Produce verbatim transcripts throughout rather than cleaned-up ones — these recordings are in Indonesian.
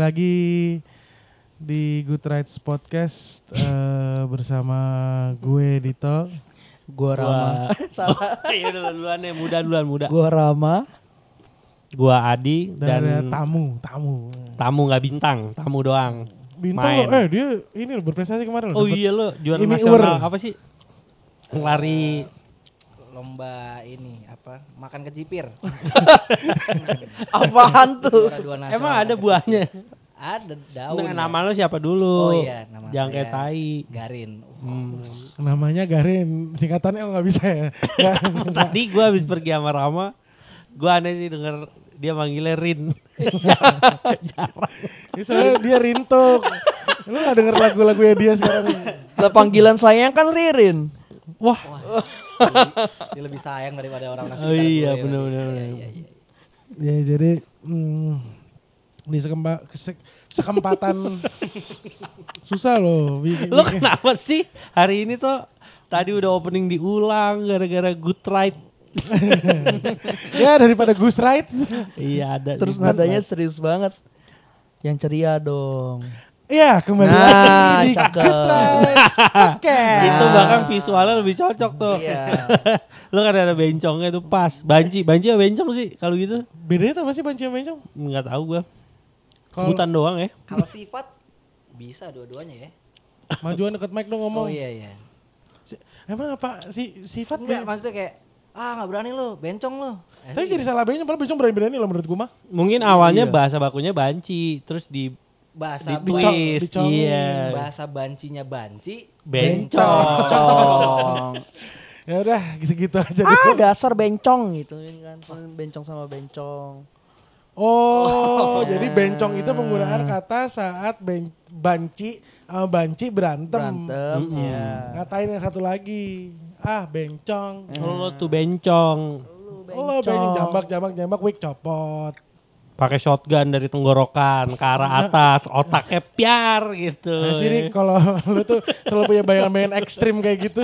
lagi di Good Rights Podcast uh, bersama gue Dito, gue Rama. Salah. Iya udah duluan nih, muda duluan muda. Gue Rama. Gue Adi dan, dan tamu, tamu. Tamu nggak bintang, tamu doang. Bintang Main. lo, eh dia ini lo berprestasi kemarin lo. Oh iya lo juara Imi nasional Uwer. apa sih? Lari lomba ini apa makan kecipir. Apaan tuh? Juara dua nasional. Emang ada buahnya? Ada daun. Nah, ya. nama lo siapa dulu? Oh iya, nama Jangan saya kayak tai. Garin. Hmm. Namanya Garin, singkatannya oh nggak bisa ya. Nggak, Tadi gue habis pergi sama Rama, gue aneh sih denger dia manggilnya Rin. Jarang. ya, soalnya dia rintok. Lu nggak denger lagu-lagunya dia sekarang? Lah panggilan sayang kan Ririn. Wah. Wah, dia lebih sayang daripada orang Oh sekitar iya, gue. bener-bener. Iya, iya, iya. Ya jadi hmm, di sekempa, kesek, sekempatan susah loh. Bikin, Lo kenapa sih hari ini tuh tadi udah opening diulang gara-gara Good Right. ya daripada Goose Ride. Iya ada. Terus di Good nadanya Right. serius banget. Yang ceria dong. Iya kembali Nah, lagi di cakep. Good Rights Podcast. Itu Nah. bahkan visualnya lebih cocok tuh. Iya. Lo kan ada bencongnya tuh pas. Banci, banci apa bencong sih kalau gitu? Bedanya tuh apa sih banci sama bencong? Enggak tahu gua. Kalau Sebutan doang ya. Kalau sifat bisa dua-duanya ya. majuan deket mic dong ngomong. Oh iya iya. Si- Emang apa si sifat Enggak, be- maksudnya kayak ah nggak berani lo, bencong lo. Eh, Tapi jadi salah bencong, padahal bencong berani-berani loh menurut gua mah. Mungkin awalnya Iya. bahasa bakunya banci, terus di bahasa di Dicong- twist. dicongin. Iya. bahasa bancinya banci. Bencong. Bencong. Ya udah segitu aja Ah, deh. dasar bencong gitu kan. Bencong sama bencong. Oh, Oh. jadi bencong itu penggunaan kata saat ben- banci sama banci berantem. Berantem Mm-mm. ya. Ngatain yang satu lagi. Ah, bencong. Lo tuh bencong. Lu Oh, bencong jambak jambak jambak wig copot. Pakai shotgun dari tenggorokan ke arah atas, otaknya piar gitu. Nah, sih Rik, kalau lu tuh selalu punya bayangan-bayangan ekstrim kayak gitu.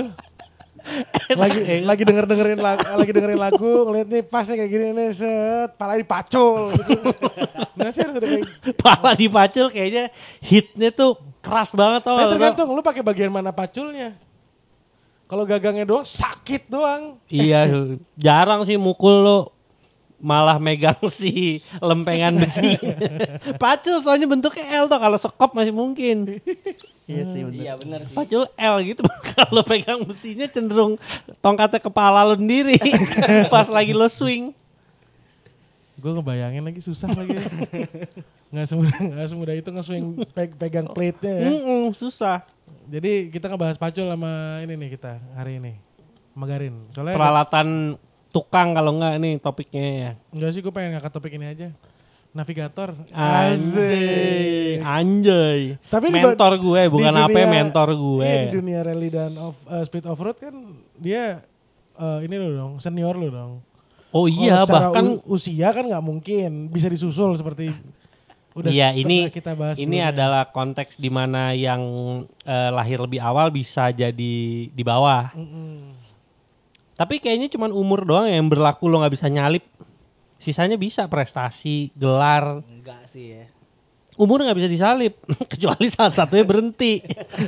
lagi lagi denger dengerin lagu, lagi dengerin lagu, ngeliat nih pasnya kayak gini nih, set, pala dipacul. Gitu. Nah sih harus ada kayak. Pala dipacul kayaknya hitnya tuh keras banget tau. Eh, tergantung lu pakai bagian mana paculnya. Kalau gagangnya doang sakit doang. Iya, jarang sih mukul lo malah megang si lempengan besi. Pacul soalnya bentuknya L tuh, kalau sekop masih mungkin. Iya sih bener. Iya benar sih. Pacul L gitu. Kalau pegang besinya cenderung tongkatnya kepala lo sendiri pas lagi lo swing. Gue ngebayangin lagi susah lagi. Nggak semudah nggak semudah itu nge-swing pe- pegang plate-nya ya. Mm-mm, susah. Jadi kita ngebahas pacul sama ini nih kita hari ini. Sama Garin. Soalnya Peralatan tukang kalau enggak nih topiknya ya. enggak sih, gue pengen ngangkat topik ini aja. Navigator. Anjay. Anjay. Tapi di- mentor gue, bukan di apa dunia- mentor gue. Iya, di dunia rally dan off, uh, speed off road kan dia uh, ini lo dong, senior lo dong. Oh iya, Kalau secara bahkan u- usia kan nggak mungkin bisa disusul seperti udah iya, ini pernah kita bahas ini sebelumnya. adalah konteks di mana yang eh, lahir lebih awal bisa jadi di bawah. Mm-mm. Tapi kayaknya cuman umur doang yang berlaku, lo nggak bisa nyalip. Sisanya bisa prestasi, gelar. Enggak sih ya. Umur nggak bisa disalip kecuali salah satunya berhenti.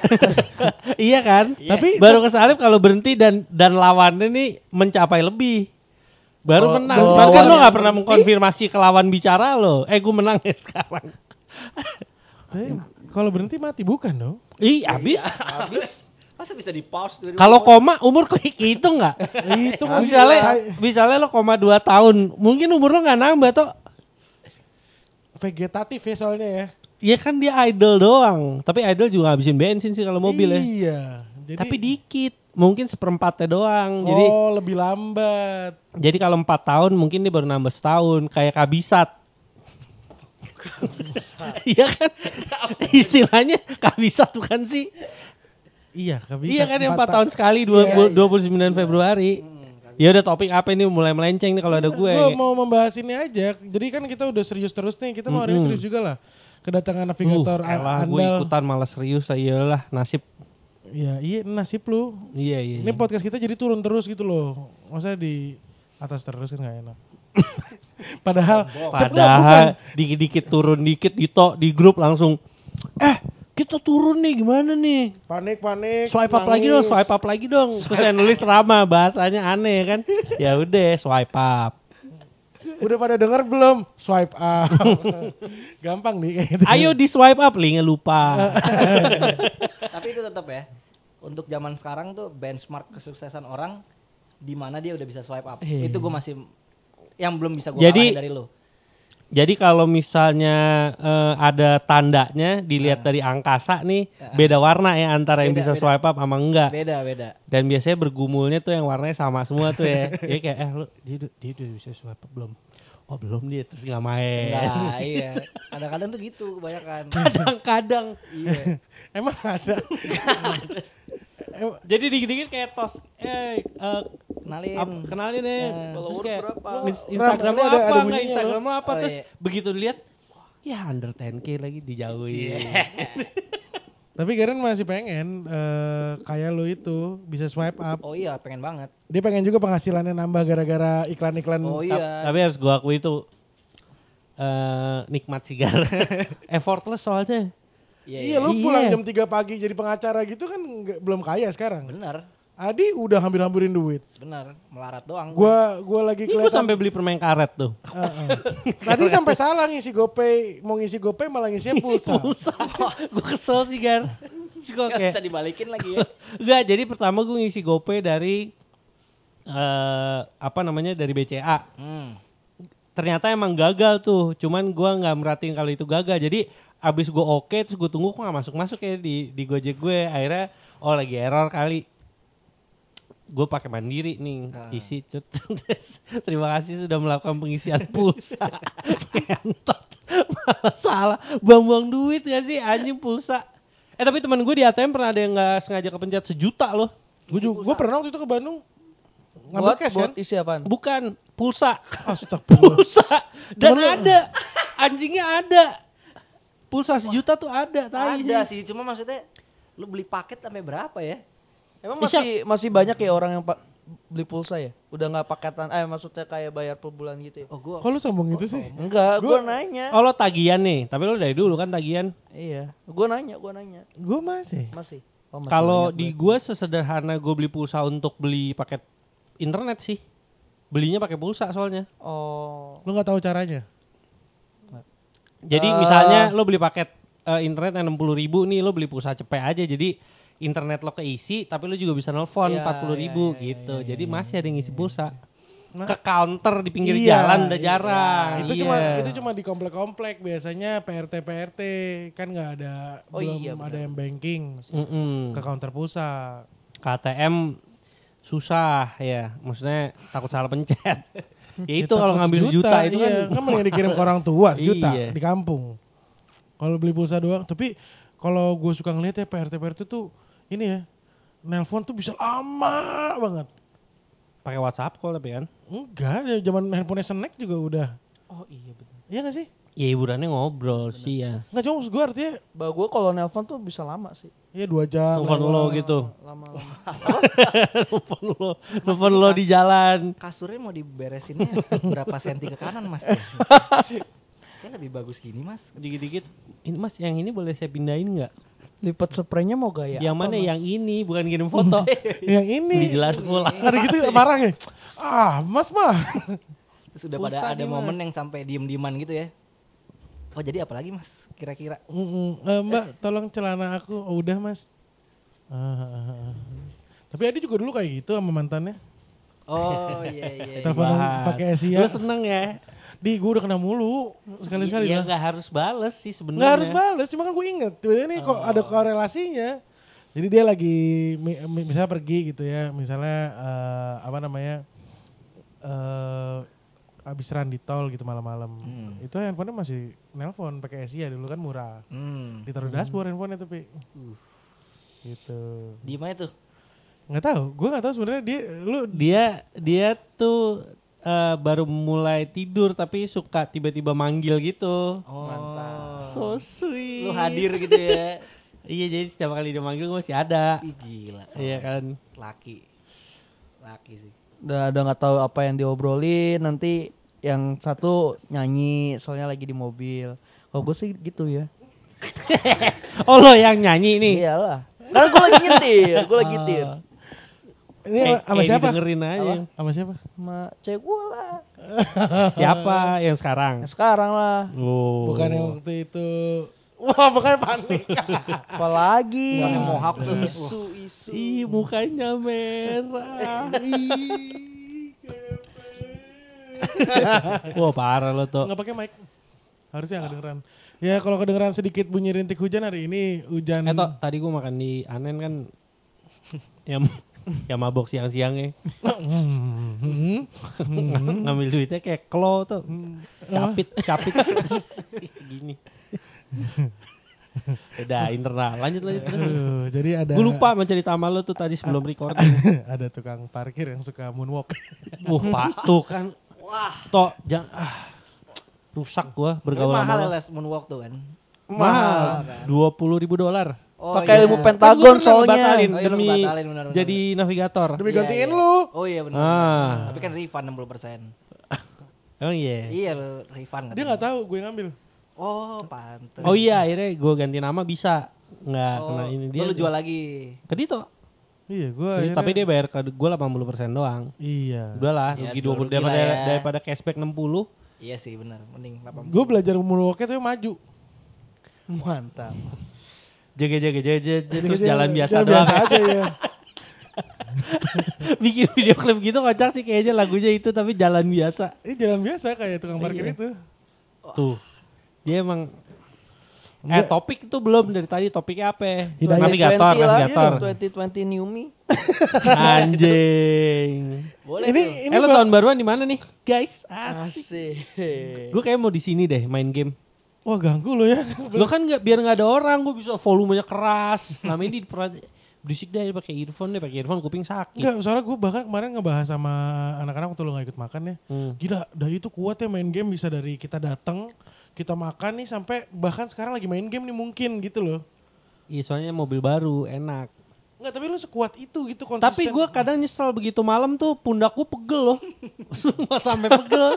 Iya kan? Iya. Tapi Baru kesalip kalau berhenti dan dan lawannya nih mencapai lebih. Baru Oh, menang. oh, Cuman kan lo lawannya nggak pernah berhenti? mengkonfirmasi ke lawan bicara lo. Eh, gue menang ya sekarang. Tapi kalau berhenti mati bukan dong? Ih, habis. Habis. Masa bisa di pause dulu? Kalau koma umur kok itu nggak? Itu kan Misalnya, saya- misalnya lo koma dua tahun, mungkin umur lo nggak nambah toh. vegetatif ya soalnya ya. Iya kan dia idle doang. Tapi idle juga ngabisin bensin sih kalau mobil ya. Iya. Jadi, Tapi dikit, mungkin seperempatnya doang. Jadi oh lebih lambat. jadi kalau empat tahun mungkin dia baru nambah setahun, kayak kabisat. Iya kan? Istilahnya kabisat bukan sih? Iya, nggak bisa. Iya kan yang empat ta- tahun sekali Iya, iya. dua puluh sembilan Februari. Ya udah, topik apa ini, mulai melenceng nih kalau ada gue. Gue mau membahas ini aja. Jadi kan kita udah serius terus nih. Kita mau hari ini Mm-mm. serius juga lah. Kedatangan navigator Uh, elah, gue andal. ikutan malah serius, iyalah nasib. Iya, iya nasib lu. Iya iya. Ini iya. podcast kita jadi turun terus gitu loh. Masa di atas terus kan nggak enak. Padahal Padahal dikit-dikit turun dikit gitu di grup langsung eh kita turun nih gimana nih? panik panik. Swipe up lagi dong, swipe up lagi dong. Terus saya nulis Rama, bahasanya aneh kan. Ya udah swipe up. Udah pada denger belum? Swipe up. Gampang nih kayak gitu. Ayo di swipe up, linknya lupa. Tapi itu tetap ya. Untuk zaman sekarang tuh benchmark kesuksesan orang di mana dia udah bisa swipe up. Iya. Itu gue masih yang belum bisa gue Jadi- kalahin dari lo. Jadi kalau misalnya eh, ada tandanya dilihat Nah. dari angkasa nih, Ya. beda warna ya antara yang Beda, bisa beda. swipe up sama enggak. Beda beda. Dan biasanya bergumulnya tuh yang warnanya sama semua tuh ya. Jadi kayak eh lu dia, udah- dia udah bisa swipe up belum? Oh belum dia terus nggak main. Enggak, iya. Kadang-kadang tuh gitu kebanyakan. Kadang-kadang. Iya. Emang ada. Em- Jadi dikit-dikit kayak tos. Eh eh, Kenalin. ap- kenalin ya. Nah. Terus Follower kayak berapa? Ins- Instagram Ram, lo ini ada- apa? ada Nggak bunyinya Instagram lo apa? Oh, Terus iya. begitu lihat ya under ten k lagi dijauhin. Tapi Garen masih pengen eh, kayak lu itu bisa swipe up. Oh iya, pengen banget. Dia pengen juga penghasilannya nambah gara-gara iklan-iklan. Oh Ta- iya. Tapi harus gua akui itu eh nikmat sih Gar. Effortless soalnya. Iya, lu Iya. pulang jam tiga pagi jadi pengacara gitu kan nggak- belum kaya sekarang. Bener, Adi udah hampir-hampirin duit. bener. Melarat doang. Gua gua lagi Ini gua kelihatan. sampai beli permen karet tuh. Heeh. Tadi sampai salah ngisi GoPay, mau ngisi GoPay malah ngisinya pulsa. Pulsa. Gua kesel sih Gar. Terus gua Nggak kayak bisa dibalikin lagi ya. enggak, jadi pertama gua ngisi GoPay dari eh apa namanya dari B C A. Hmm. Ternyata emang gagal tuh, cuman gua nggak merhatiin kalau itu gagal. Jadi abis gua oke, terus gua tunggu kok nggak masuk-masuk ya di di Gojek gue. Akhirnya oh lagi error kali. Gue pakai Mandiri nih, Ah. isi cut. Terus, terima kasih sudah melakukan pengisian pulsa. Ngentot. Malah salah, buang-buang duit gak sih anjing pulsa. Eh tapi teman gue di A T M pernah ada yang nggak sengaja kepencet sejuta loh. Gue juga, gue pernah waktu itu ke Bandung ngambil Buat, cash buat kan? isi apaan? Bukan pulsa. Astagfirullah. Pulsa dan Cuman lu- ada anjingnya ada pulsa sejuta tuh ada tai Ada sih. sih, cuma maksudnya lu beli paket sampai berapa ya? Emang Bisa- masih masih banyak ya orang yang pa- beli pulsa ya? Udah nggak paketan, eh maksudnya kayak bayar per bulan gitu ya? Oh gua Kok lu sombong gitu sih? Enggak, Gua- gua nanya. Oh lo tagihan nih, tapi lo dari dulu kan tagihan. Iya, gua nanya, gua nanya. Gue masih. Masih. Oh, masih Kalau banyak di berarti. gue sesederhana gue beli pulsa untuk beli paket internet sih. Belinya pakai pulsa soalnya. Oh. Lu nggak tahu caranya? Jadi Ah. misalnya lo beli paket eh, internet yang enam puluh ribu nih, lo beli pulsa cepet aja. Jadi internet lo keisi, tapi lo juga bisa nelfon Iya, empat puluh ribu iya, iya, gitu. iya, Jadi iya, masih ada yang ngisi pulsa. Nah, Ke counter di pinggir iya, jalan udah iya. jarang. itu Iya. cuma itu cuma di komplek-komplek biasanya P R T P R T kan nggak ada Oh belum iya, ada benar. yang banking Mm-mm. ke counter pulsa. K T M susah ya, maksudnya takut salah pencet. Ya itu Ya, kalau takut ngambil sejuta, sejuta itu iya, kan. kan mending dikirim ke orang tua sejuta Iya. di kampung. Kalau beli pulsa doang, tapi kalau gue suka ngeliat ya P R T P R T tuh ini ya, nelpon tuh bisa lama banget. Pakai WhatsApp call tapi kan. Enggak, ya zaman handphone Snack juga udah. Oh iya betul. Iya gak sih? Ya hiburannya ngobrol sih ya. Enggak, cuma maksud gue artinya Bah, gua kalau nelpon tuh bisa lama sih. ya dua jam. Telepon lewat. lo gitu. Lama-lama. Telepon lo, telepon lo di jalan. kasurnya mau diberesinnya berapa senti ke kanan mas ya? Kayak lebih bagus gini mas. Dikit-dikit. Ini Mas, yang ini boleh saya pindahin nggak? Lipat spraynya mau gaya yang apa, mana? Mas? Yang ini, bukan kirim foto. Yang ini. Dijelas pula. Ada gitu marah ya. Ah, Mas mah. Terus udah Pulsa pada ada nih, momen Mas. yang sampai diem-dieman gitu ya. Oh jadi apa lagi mas? Kira-kira? Mm-mm. Eh, Mbak, tolong celana aku. Oh, udah, Mas. Ah. Tapi Adi juga dulu kayak gitu sama mantannya. Oh iya iya. iya. Telepon Bahas. pakai Asia. Lu seneng ya? Di gue udah kena mulu sekali-sekali Ya lah. nggak harus bales sih sebenarnya. Nggak harus balas, cuma kan gue inget. Tiba-tiba ini kok Oh. ada korelasinya. Jadi dia lagi mi- mi- misalnya pergi gitu ya, misalnya eh, apa namanya eh abis run di tol gitu malam-malam. Hmm. Itu handphonenya masih nelpon pakai Asia dulu kan murah. Hmm. Ditaruh dashboard handphonenya tapi. Gitu. Di mana tuh? Nggak tahu, gue nggak tahu sebenarnya dia lu Dia dia tuh eh, baru mulai tidur tapi suka tiba-tiba manggil gitu. Oh. Mantap. So sweet. Lu hadir gitu ya. Iya, jadi setiap kali dia manggil gue masih ada. Ih gila. Iya kan. Laki. Laki sih. Udah udah nggak tahu apa yang diobrolin, nanti yang satu nyanyi soalnya lagi di mobil. Kalau gue sih gitu ya. Oh lo yang nyanyi nih. Iyalah. Karena gue lagi nyetir, gue lagi nyetir. Oh. Ini Kayak- sama kayak siapa? didengerin aja. Apa? Sama siapa? Sama cewek gue lah. Siapa yang sekarang? Yang sekarang lah. Oh. Bukan yang waktu itu. Wah, makanya panik. Apalagi Nggak Yang mohawk tuh. ada. isu isu. Ih, mukanya merah. Wah, parah lo tuh. Nggak pakai mic. Harusnya nggak kedengeran. Ya kalau kedengeran sedikit bunyi rintik hujan hari ini hujan. Eh toh, tadi gua makan di Anen kan yang yang mabok siang-siangnya. Hmm. Ngambil duitnya kayak klo tuh. Capit, capit. Gini. Udah internal. Lanjut lanjut terus. Aduh, jadi ada. Gue lupa sama cerita sama lo tuh tadi sebelum recording. Ada tukang parkir yang suka moonwalk. Wah, pak tuh kan. Wah, toh jangan ah, rusak gua Tapi bergaul sama mahal lo. ya les moonwalk tuh kan. Mahal, kan? dua puluh ribu dolar. Oh, Pakai iya. ilmu Kan pentagon gua pernah soalnya. ngebatalin Oh, iya, lu demi ngebatalin, benar-benar. jadi navigator. Demi Iya, gantiin iya. lu. Oh iya benar. Ah. Tapi kan refund enam puluh persen. Emang iya. Iya lu refund. Dia nggak tahu gue ngambil. Oh, pantes. Oh iya, akhirnya gue ganti nama bisa. Nggak Oh, kena ini dia. lu jual lagi. Ke Dito. Iya, gue. Jadi, tapi dia bayar ke gue delapan puluh persen doang. Iya. Udah lah, Ya, rugi dua dua puluh rugi daripada, lah ya. daripada cashback enam puluh. Iya sih benar, mending delapan puluh. Gue belajar moonwalknya tuh maju. Mantap. Jaga jaga jaga jaga terus Jadi jalan biasa jalan doang. biasa aja ya. Bikin video klip gitu kocak sih kayaknya lagunya itu tapi jalan biasa. Ini jalan biasa kayak tukang parkir Iya. itu. Tuh. Dia emang eh Enggak. topik itu belum dari tadi topiknya apa? Hidayat. Navigator, dua puluh lah, navigator. dua puluh dua puluh New Me. Anjing. Boleh Ini tuh. ini Eh lo Bang. tahun baruan di mana nih, guys? Asik. Asik. Gue kayak mau di sini deh main game. Wah, ganggu lo ya. Lo kan nggak biar nggak ada orang, gue bisa volumenya keras. Selama ini di berisik deh pakai earphone deh, pakai earphone kuping sakit. Enggak, soalnya gue bahkan kemarin ngebahas sama anak-anak waktu lo gak ikut makan ya. Hmm. Gila, Dayu tuh kuat ya main game, bisa dari kita datang, kita makan nih sampai bahkan sekarang lagi main game nih mungkin gitu loh. Iya soalnya mobil baru enak. Enggak, tapi lu sekuat itu gitu konsisten. Tapi gue kadang nyesel begitu malam tuh pundak gue pegel loh. Sumpah sampai pegel.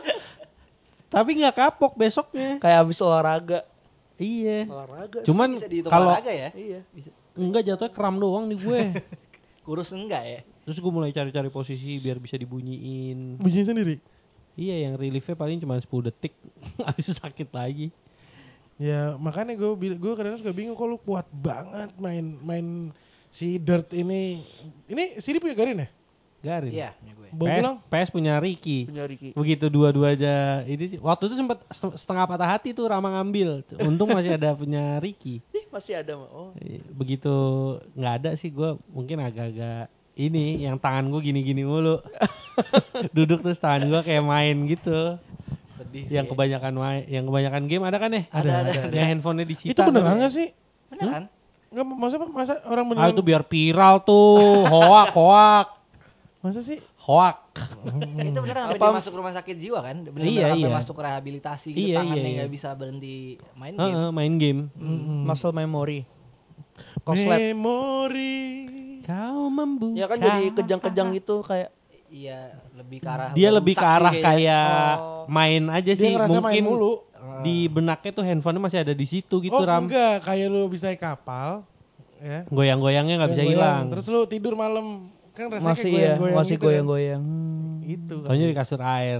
Tapi nggak kapok besoknya. Kayak abis olahraga. Iya. Olahraga. Cuman Bisa dihitung kalau olahraga ya? Iya. Bisa. enggak jatuhnya kram doang nih gue. Kurus enggak ya? Terus gue mulai cari-cari posisi biar bisa dibunyiin. bunyi sendiri. Iya yang reliefnya paling cuma sepuluh detik. Habis itu sakit lagi. Ya makanya gue gue kadang suka bingung kok lu kuat banget main main si Dirt ini. Ini si punya Garin ya? Garin. Iya, punya gue. Bawa P S, pulang? P S punya Ricky. Punya Ricky. Begitu dua-dua aja ini sih. Waktu itu sempat setengah patah hati tuh Rama ngambil. Untung masih ada punya Ricky. Ih, masih ada mah. Oh. Begitu nggak ada sih gue mungkin agak-agak ini yang tangan gue gini-gini mulu. Duduk terus tangan gue kayak main gitu. Sedih sih. Yang kebanyakan main, yang kebanyakan game ada kan ya? Ada, ada, ada. Yang handphonenya disita. Itu beneran kan? gak sih? Beneran? Enggak, masa masa orang Ah beneran? itu biar viral tuh. Hoak, hoak, Masa sih? hoak. Itu beneran sampai Apa- dia masuk rumah sakit jiwa kan? Bener-bener Iya, sampai iya. masuk rehabilitasi gitu, Iya, tangannya iya, nggak iya. bisa berhenti main Heeh, game. main game. Mm-mm. Muscle memory. Koslet. Memori. Kau membuka. Ya kan jadi kejang-kejang gitu kayak Iya, lebih ke arah Dia lebih ke rusak sih arah kayaknya. kayak Oh. main aja Dia sih. ngerasa main Mungkin mulu. di benaknya tuh handphonenya masih ada di situ gitu Oh Ram. enggak, kayak lu bisa naik kapal. Ya. Goyang-goyangnya nggak bisa Goyang-goyang. hilang. Terus lu tidur malam. Kan rasanya masih kayak ya, goyang-goyang masih gitu kan. goyang-goyang. Itu. Taunya di kasur air.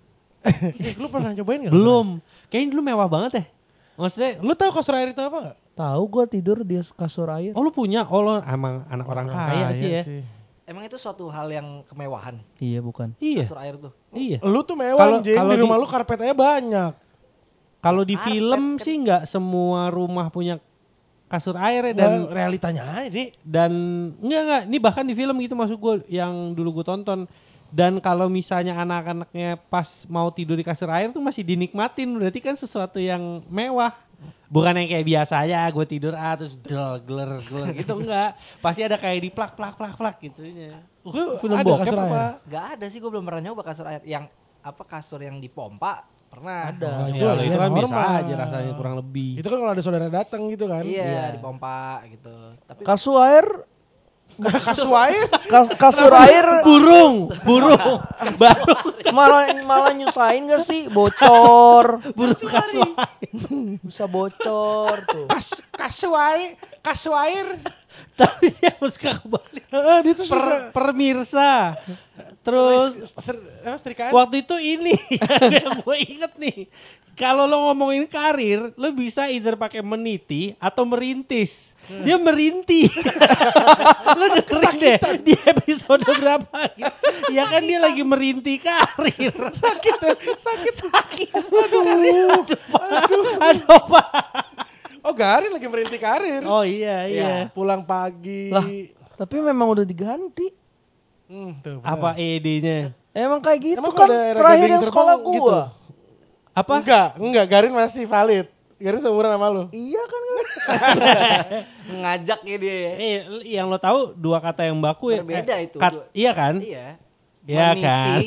Eh, lu pernah cobain gak? Belum. Kayaknya dulu mewah banget ya. Maksudnya, Lu tahu kasur air itu apa gak? Tahu gua tidur di kasur air. oh lu punya? Oh lu emang anak orang, kaya, sih ya. Emang itu suatu hal yang kemewahan, Iya bukan. Iya. kasur air tuh. Iya. Lu tuh mewah Kalau- anjing, kalau di rumah di- lu karpetnya banyak. Kalau di Karpet film kan- sih nggak semua rumah punya kasur air ya, dan Dan realitanya aja, Dik. dan enggak enggak ini bahkan di film gitu masuk gue yang dulu gue tonton. Dan kalau misalnya anak-anaknya pas mau tidur di kasur air tuh masih dinikmatin, berarti kan sesuatu yang mewah. Bukan yang kayak biasa aja gue tidur ah terus del gler gler gitu enggak. Pasti ada kayak di plak plak plak plak gitunya. Lu Film ada bokep kasur air? apa? Gak ada sih, gue belum pernah nyoba kasur air. Yang apa kasur yang dipompa pernah. Ada. Oh, Itu, itu ya, itu ya kan biasa normal. aja rasanya kurang lebih. Itu kan kalau ada saudara datang gitu kan. Iya, Iya. dipompa gitu. Tapi Kasur air Kasur air. Kas- kasur air Burung, burung. Baru malah malah nyusahin gak sih? Bocor. burung kasur. Bisa bocor tuh. Kas kasur air, kasur air. Tapi dia harus kembali. Heeh, dia tuh Per, suka pemirsa. Terus ser, apa, setrikaan. waktu itu ini yang gue inget nih. Kalau lo ngomongin karir, lo bisa either pakai meniti atau merintis. Dia merintih. Lo dengerin deh di episode berapa gitu. Ya kan dia lagi merintih karir. Sakit ya, sakit. Sakit. Aduh. Aduh. Aduh. Aduh, Pak. Oh, Garin lagi merintih karir. Oh iya iya. Pulang pagi. Lah, tapi memang udah diganti. Hmm, tuh, bener. Apa E D-nya? Emang kayak gitu Emang kan kalau daerah terakhir Gading yang Serpong sekolah gitu? gua. Apa? Enggak, enggak, Garin masih valid. Garin seumuran sama lu. Iya kan kan? Ngajak ya dia. ya. Eh, yang lo tahu dua kata yang baku ya? Berbeda eh, itu. kat- Dua- iya kan? Iya. Iya Meniti. kan?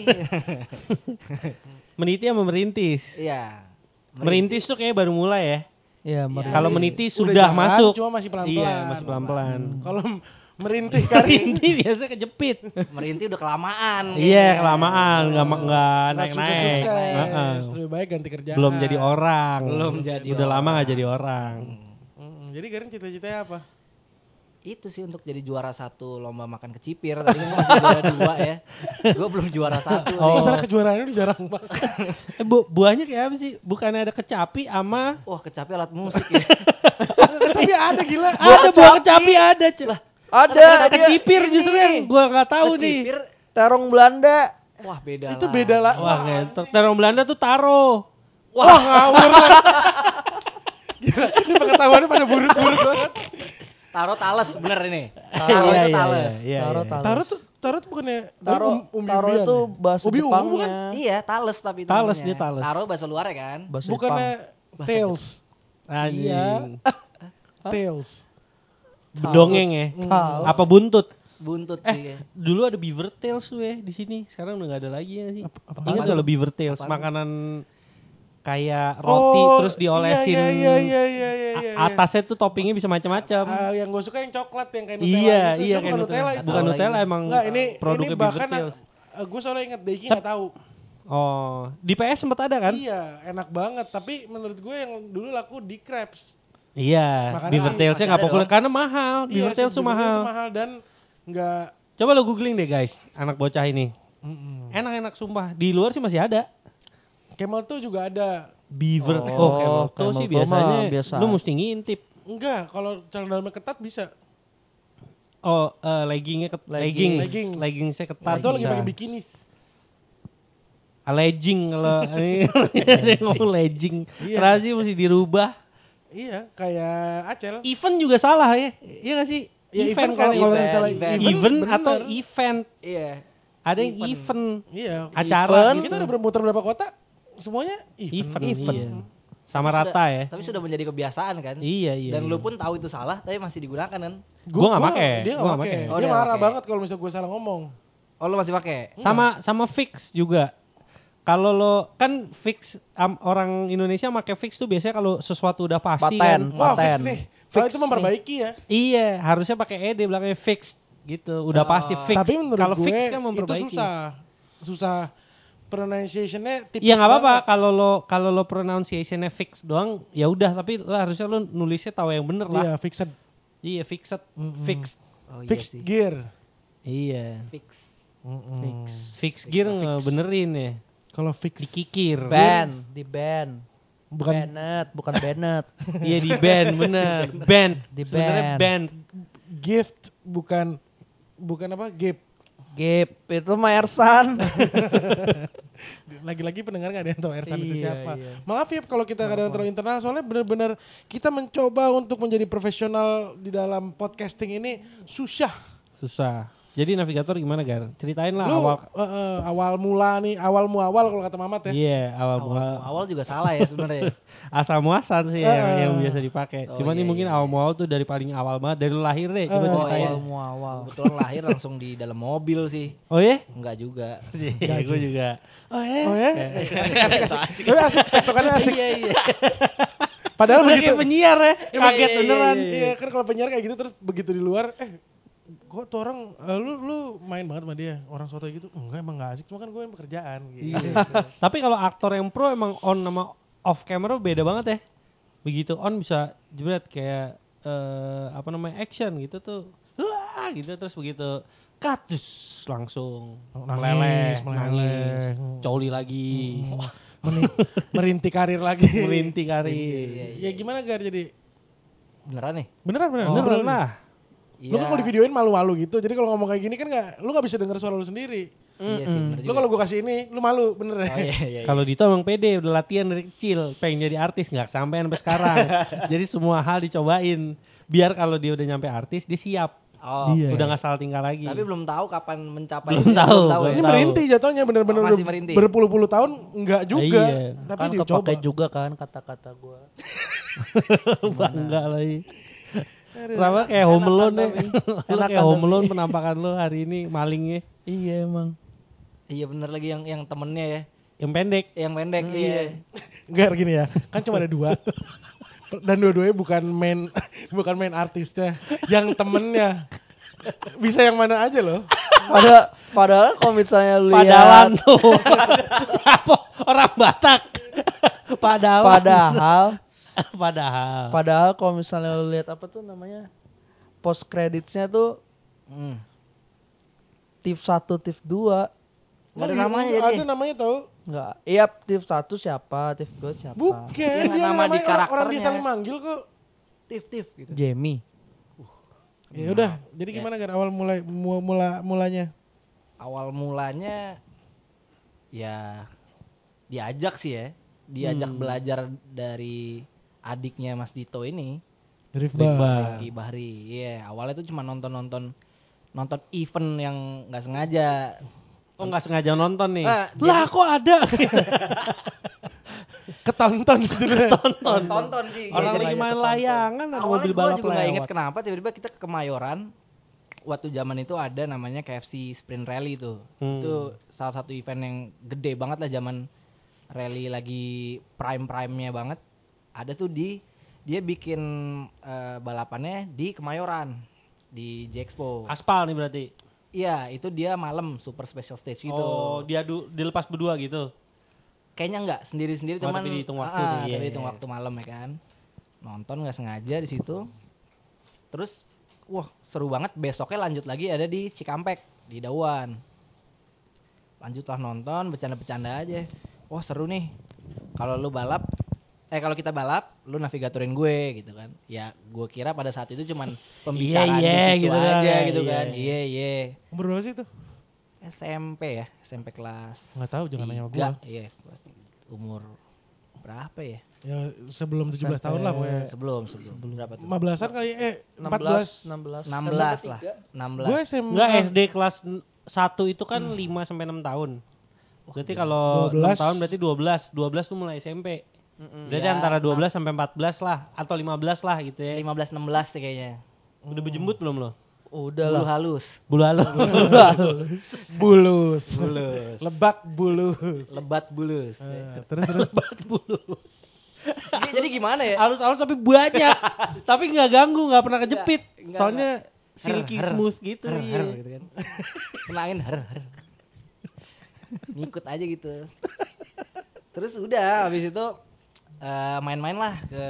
Meniti sama merintis. Iya. Merintis tuh kayak baru mulai ya. Iya, merintis. Kalau Udah meniti jalan, sudah masuk. Cuma masih pelan-pelan. Iya, masih pelan-pelan. Kalau merintih Garin Merintih biasa kejepit. Merintih udah kelamaan. Iya, kayaknya. kelamaan, nggak ma- nggak nggak naik-naik. sukses. Heeh. Lebih baik ganti kerjaan. Belum jadi orang. Belum jadi Udah lama orang. nggak jadi orang. Mm, jadi Garin cita-citanya apa? Itu sih untuk jadi juara satu lomba makan kecipir. Tadi kan gua masih juara dua ya. Gue belum juara satu. Oh. nih. Masalah kejuaraannya udah jarang banget. Eh, bu, buahnya kayak apa sih? Bukannya ada kecapi sama Wah kecapi alat musik ya. Tapi ada gila. ada buah kecapi ada. Cu. Ada Ada dia kecipir ini, justru yang gua nggak tahu nih. Kecipir. terong Belanda. Wah beda Itu lah. beda lah. Wah, ngentot. Terong Belanda tuh taro. Wah, ngawur lah. Gila, ini pengetahuannya pada buruk-buruk banget. Taro tales bener ini. Iya, Taro itu iya, tales. iya, Taro iya. tales. Taro tuh, taro tuh bukannya Taro, um, umbi taro umbian itu ya? bahasa Ubi ungu Jepangnya. bukan? Iya tales tapi itu Tales, namanya. dia tales. Taro bahasa luar ya kan. Bahasa Bukannya Jepang. tails, Anjing. tails. Bedongeng ya. Tales. Apa buntut? Buntut Eh, sih. ya. dulu ada beaver tails tuh ya di sini. Sekarang udah nggak ada lagi ya sih. Apa- Ingat apaan nggak lo tuh? beaver tails? Apaan? Makanan kayak roti Oh, terus diolesin. Iya, iya, iya, iya, iya, a- iya. Atasnya tuh toppingnya bisa macam-macam. Ah, yang gue suka yang coklat yang kayak Nutella Iya, gitu. iya Itu kayak bukan Nutella. Nutella itu. Bukan Tahu Nutella lagi. emang Enggak, ini produknya ini beaver bahkan tails. gue soalnya inget Deki nggak tahu. Oh, di P S sempat ada kan? Iya, enak banget. Tapi menurut gue yang dulu laku di crepes. Iya, Makanya beaver sih, tailsnya masih nggak ada populer dong. karena mahal. Iya, Beaver sih, tails tuh beaver tails mahal. tuh mahal dan nggak. Coba lo googling deh guys, anak bocah ini. Mm-mm. Enak-enak sumpah. Di luar sih masih ada. Camel tuh juga ada. Beaver. Oh, Oh, Camel Toe Camel sih Toe biasanya mah biasa. lu mesti ngintip. Enggak, kalau celana dalamnya ketat bisa. Oh, eh, leggingnya ket, leggings. Leggings. Leggingsnya ketat. Atau lagi bisa. pakai bikini. Ah, legging kalau ini ada yang ngomong legging. Iya. Terasi mesti dirubah. Iya, kayak Acel. Event juga salah ya. Iya nggak sih? Ya, event, event kan kalau event. misalnya event, event, atau bener. event. Iya. Ada yang Event. event. Iya. Acara Event. gitu. Kita udah bermuter berapa kota? Semuanya event. Event, Event. iya. Sama Tapi rata sudah- ya. Tapi sudah menjadi kebiasaan kan. Iya, iya. Dan iya. lu pun tahu itu salah tapi masih digunakan kan. Gua nggak pakai, Dia gua nggak nggak pakai. pakai. Oh, Dia dia marah pakai. banget kalau misalnya gue salah ngomong. Oh lu masih pakai? sama sama fix juga. Kalau lo kan fix am- orang Indonesia pakai fix tuh biasanya kalau sesuatu udah pasti kan. Paten. Wah, fix Paten. nih. Kalau Fix itu memperbaiki ya. Iya, harusnya pakai E D belakangnya fixed gitu. Udah Oh. pasti fix. Tapi menurut Kalau gue fix kan itu memperbaiki. susah. Susah pronunciation-nya tipis. Iya nggak apa-apa banget. kalau lo kalau lo pronunciation-nya fix doang ya udah, tapi lo harusnya lo nulisnya tahu yang bener lah. Iya, fixed. Iya, fixed, Mm-mm. fixed. Oh iya Fixed sih. gear. Iya. Fix. Fix. Fix gear ngebenerin ya. Kalau fix Dikikir. Ban, di ban. bukan Bennett, bukan Bennett. Iya di band bener. Band. Di Sebenarnya band. band. gift, bukan bukan apa? Gift. Gip, itu mah Ersan. Lagi-lagi pendengar gak ada yang tahu Ersan itu Iya, siapa. iya. Maaf ya kalau kita kadang terlalu internal, soalnya benar-benar kita mencoba untuk menjadi profesional di dalam podcasting ini susah. Susah. Jadi navigator gimana Gar? Ceritain lah Lu awal. eh, eh, awal mula nih, awal mu awal kalau kata Mamat ya. Iya, awal, Awal, awal. awal juga salah ya sebenarnya. Asal muasan sih yang, Eh. yang biasa dipakai. Oh, Cuman iya, ini mungkin iya, awal iya. muawal tuh dari paling awal banget, dari lu lahir deh. Coba Eh. ceritain. Awal mu awal. Kebetulan lahir langsung di dalam mobil sih. Oh ya? Enggak juga. Iya, gue juga. Oh ya? Oh ya? Asik-asik. Tapi asik, tektokannya asik. Iya, iya. Padahal Udah begitu. kayak penyiar ya. Emang Kaget iya, beneran. Iya, kan kalau penyiar kayak gitu terus begitu di luar, eh kok tuh orang eh, lu lu main banget sama dia orang soto gitu enggak emang nggak asik cuma kan gue yang pekerjaan gitu. Tapi kalau aktor yang pro emang on sama off camera beda banget ya. Begitu on bisa jebret kayak eh, apa namanya action gitu tuh. Wah gitu terus begitu cut terus langsung Nangis, meleleh, meleleh. nangis, Hmm. coli lagi, Meni- merinti karir lagi. merinti Iya, karir. iya. Ya gimana Gar jadi Beneran nih? beneran beneran. Oh, beneran. lah. Lu kan kalau di videoin malu-malu gitu. Jadi kalau ngomong kayak gini kan nggak, lu nggak bisa denger suara lu sendiri. Iya sih, bener Lu juga. kalau gua kasih ini, lu malu bener ya. Oh iya iya. Kalau Dito emang pede udah latihan dari kecil pengen jadi artis nggak sampai sampai sekarang. Jadi semua hal dicobain biar kalau dia udah nyampe artis dia siap. Oh, Iya. Udah nggak salah tingkah lagi. tapi belum tahu kapan mencapai Belum itu ya, tahu, belum tahu belum Ini ya. tahu. merintih jatuhnya bener-bener Oh, masih udah merintih. berpuluh-puluh tahun enggak juga. Iya. Tapi Kan dicoba. kepake juga kan kata-kata gua. Bangga lagi. Aduh. Kenapa kayak Enak home kan alone ya? tapi. Lu Enak kayak kan home tapi. alone penampakan lu hari ini malingnya. Iya emang. Iya bener lagi yang yang temennya ya. Yang pendek. Yang pendek Hmm, iya. Enggak gini ya. Kan cuma ada dua. Dan dua-duanya bukan main bukan main artisnya, yang temennya. Bisa yang mana aja loh. Padahal padahal kalau misalnya lu Padawan lihat tuh. Siapa orang Batak? Padawan. padahal Padahal. padahal kalau misalnya lu lihat apa tuh namanya? Post creditsnya tuh Hmm. T I F satu, T I F dua. Nggak ada Oh, iya, namanya enggak jadi. ada namanya tahu. Enggak. Iya, T I F satu siapa, T I F dua siapa? Bukan, Yang dia nama namanya di orang, orang dia karakternya. saling manggil kok. Tif-tif gitu. Jamie. Ya udah, jadi Ya. gimana Gar awal mulai mu- mula mulanya? Awal mulanya ya diajak sih ya. Diajak Hmm. belajar dari adiknya Mas Dito ini. Rifba. Rifki Bahri. Iya, awalnya tuh cuma nonton-nonton nonton event yang nggak sengaja. Oh nggak sengaja nonton nih. Ah, Lah jadi- kok ada? Ketonton gitu deh. Tonton. Tonton sih. Orang Iya, lagi jadi main ketonton. layangan ada Awalnya mobil gua balap juga nggak inget lewat. kenapa tiba-tiba kita ke Kemayoran. Waktu zaman itu ada namanya K F C Sprint Rally tuh. Hmm. Itu salah satu event yang gede banget lah zaman rally lagi prime-prime-nya banget. Ada tuh di dia bikin eh, balapannya di Kemayoran di J-Expo. Aspal nih berarti. Iya, itu dia malam super special stage gitu. Oh dia du- dilepas berdua gitu. Kayaknya enggak sendiri-sendiri Oh, cuman tapi dihitung waktu ah, nih, iya, tapi dihitung iya. waktu malam ya kan. Nonton nggak sengaja di situ. Terus wah, seru banget. Besoknya lanjut lagi ada di Cikampek di Dawan. Lanjutlah nonton, bercanda-bercanda aja. Wah, seru nih. Kalau lu balap eh kalau kita balap, lu navigatorin gue gitu kan. Ya, gue kira pada saat itu cuman pembicaraan Iya, di iya, situ gitu aja doang, gitu iya. kan. Iya, iya. Umur berapa sih itu? S M P ya, S M P kelas Nggak tahu, jangan nanya sama tiga. gua. Iya, kelas tiga. Umur berapa ya? Ya sebelum tujuh belas tahun lah pokoknya. Sebelum, sebelum. Berapa tuh? lima belasan kali eh empat enam belas. belas, enam belas, enam belas lah. enam belas. Gue S M A. Enggak S D kelas satu itu kan lima sampai enam tahun. Berarti kalau dua belas. enam tahun berarti dua belas. dua belas tuh mulai S M P. Berarti Ya, antara dua belas sampai empat belas lah atau lima belas lah gitu ya. lima belas enam belas sih kayaknya. Udah berjembut belum lo? Udah Bulu lah. halus. Bulu halus. Bulus. Bulus. Lebak bulus. Lebat bulus. Eh, terus terus. Jadi, jadi gimana ya? Halus-halus tapi banyak. Tapi nggak ganggu, nggak pernah kejepit. Enggak, enggak, Soalnya silky Her, her. smooth gitu. Her, Iya. her, gitu kan. Kenangin her, her. Ngikut aja gitu. Terus udah habis itu eh, main-main lah ke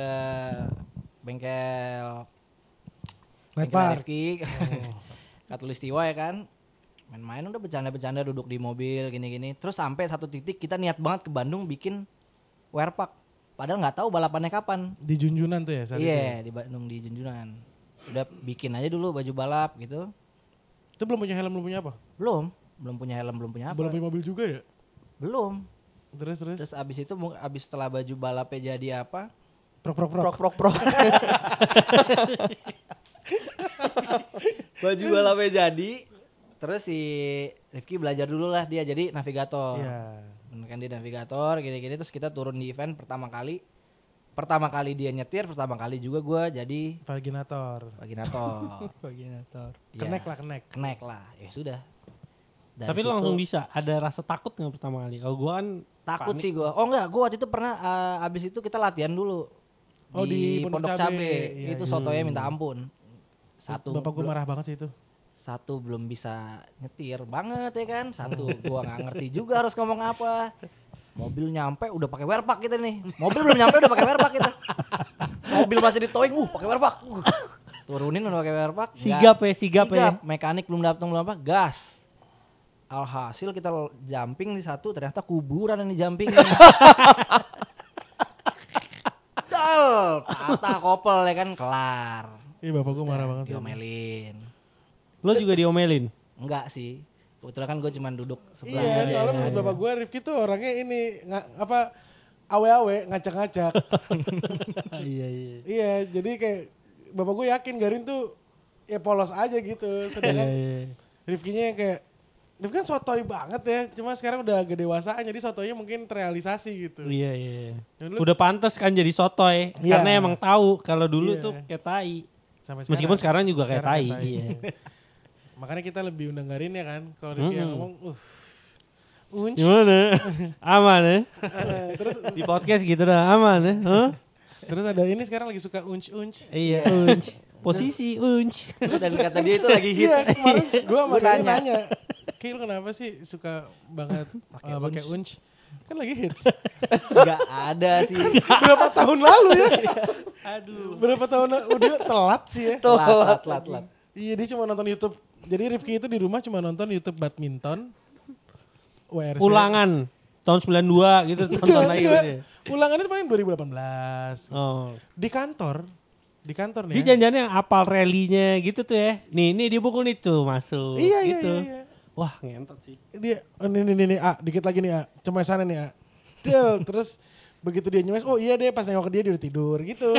bengkel Night bengkel Park. Rifki. Katulistiwa ya kan. Main-main udah bercanda-bercanda duduk di mobil gini-gini. Terus sampai satu titik kita niat banget ke Bandung bikin wearpack. Padahal nggak tahu balapannya kapan. Di Junjunan tuh ya saat itu. Iya, di Bandung di Junjunan. Udah bikin aja dulu baju balap gitu. Itu belum punya helm, belum punya apa? Belum, belum punya helm, belum punya apa. Belum punya mobil juga ya? Belum. Terus terus. Terus abis itu mu- abis setelah baju balapnya jadi apa? Prok prok prok. Prok prok prok. Baju balapnya jadi. Terus si Rifki belajar dulu lah dia jadi navigator. Iya. Bener kan dia navigator gini-gini terus kita turun di event pertama kali. Pertama kali dia nyetir, pertama kali juga gua jadi Vaginator. vaginator. Vaginator. Iya. Kenek lah kenek. Kenek lah. Ya sudah. Dari Tapi lo situ langsung bisa. Ada rasa takut nggak pertama kali? Kalau gua kan takut panik. sih gua. Oh enggak, gua waktu itu pernah uh, abis itu kita latihan dulu. Oh, di Pondok Cabe. Iya, itu iya. sotonya minta ampun. Satu Bapak gue belum- marah banget sih itu. Satu belum bisa nyetir banget ya kan. Satu gua nggak ngerti juga harus ngomong apa. Mobil nyampe udah pakai werpak kita nih. Mobil belum nyampe udah pakai werpak kita. Mobil masih di towing, uh pakai werpak. Uh. Turunin udah pakai werpak. Sigap ya, sigap, ya. Mekanik belum datang belum apa, gas. Alhasil kita jumping di satu, ternyata kuburan yang di jumping. Dal, patah kopel ya kan, kelar. Iya bapak gue marah banget. Diomelin. Lo juga diomelin? Enggak sih. Kebetulan kan gue cuma duduk sebelah. Iya, aja. soalnya menurut bapak gue Rifki tuh orangnya ini nggak apa awe-awe ngacak-ngacak. Iya iya. Iya, jadi kayak bapak gue yakin Garin tuh ya polos aja gitu. Sedangkan Iya, iya. Rifkinya yang kayak Rifki kan sotoy banget ya, cuma sekarang udah gede dewasaan jadi sotoynya mungkin terrealisasi gitu. Iya iya. Dan lu- Udah pantas kan jadi sotoy Iya. karena emang tahu kalau dulu Iya. tuh kayak tai. Sampai Meskipun sekarang juga kayak sekarang tai. Iya. Makanya kita lebih undang Garin ya kan. Kalau Rifki yang Mm-mm. ngomong, uh, unc. Gimana? Aman ya? Eh, terus Di podcast gitu dah aman ya? Hah? terus ada ini sekarang lagi suka unc-unc. Iya, unc. Posisi unc. Dan kata dia itu lagi hits. Iya, kemarin gua sama Gua Garin nanya. nanya, Ki lu kenapa sih suka banget Pakai uh, pakai unc? Kan lagi hits. Enggak ada sih. Berapa tahun lalu ya? Aduh. Berapa tahun la- udah telat sih ya? Telat, telat, telat, telat. Iya, dia cuma nonton YouTube. Jadi Rifki itu di rumah cuma nonton YouTube badminton. W R C. Ulangan tahun sembilan puluh dua gitu tonton Enggak, lagi enggak. berarti. Ulangannya itu paling dua ribu delapan belas. Oh. Di kantor. Di kantor nih. Dia ya. janjiannya apal rally-nya gitu tuh ya. Nih, nih dia buku nih tuh masuk Iya, iya, gitu. iya, iya. Wah, ngentot sih. Dia oh, nih, nih, nih, nih, A, dikit lagi nih, A. Cemesannya nih, A. Del, terus begitu dia nyemes, oh iya deh, pas nengok ke dia dia udah tidur gitu.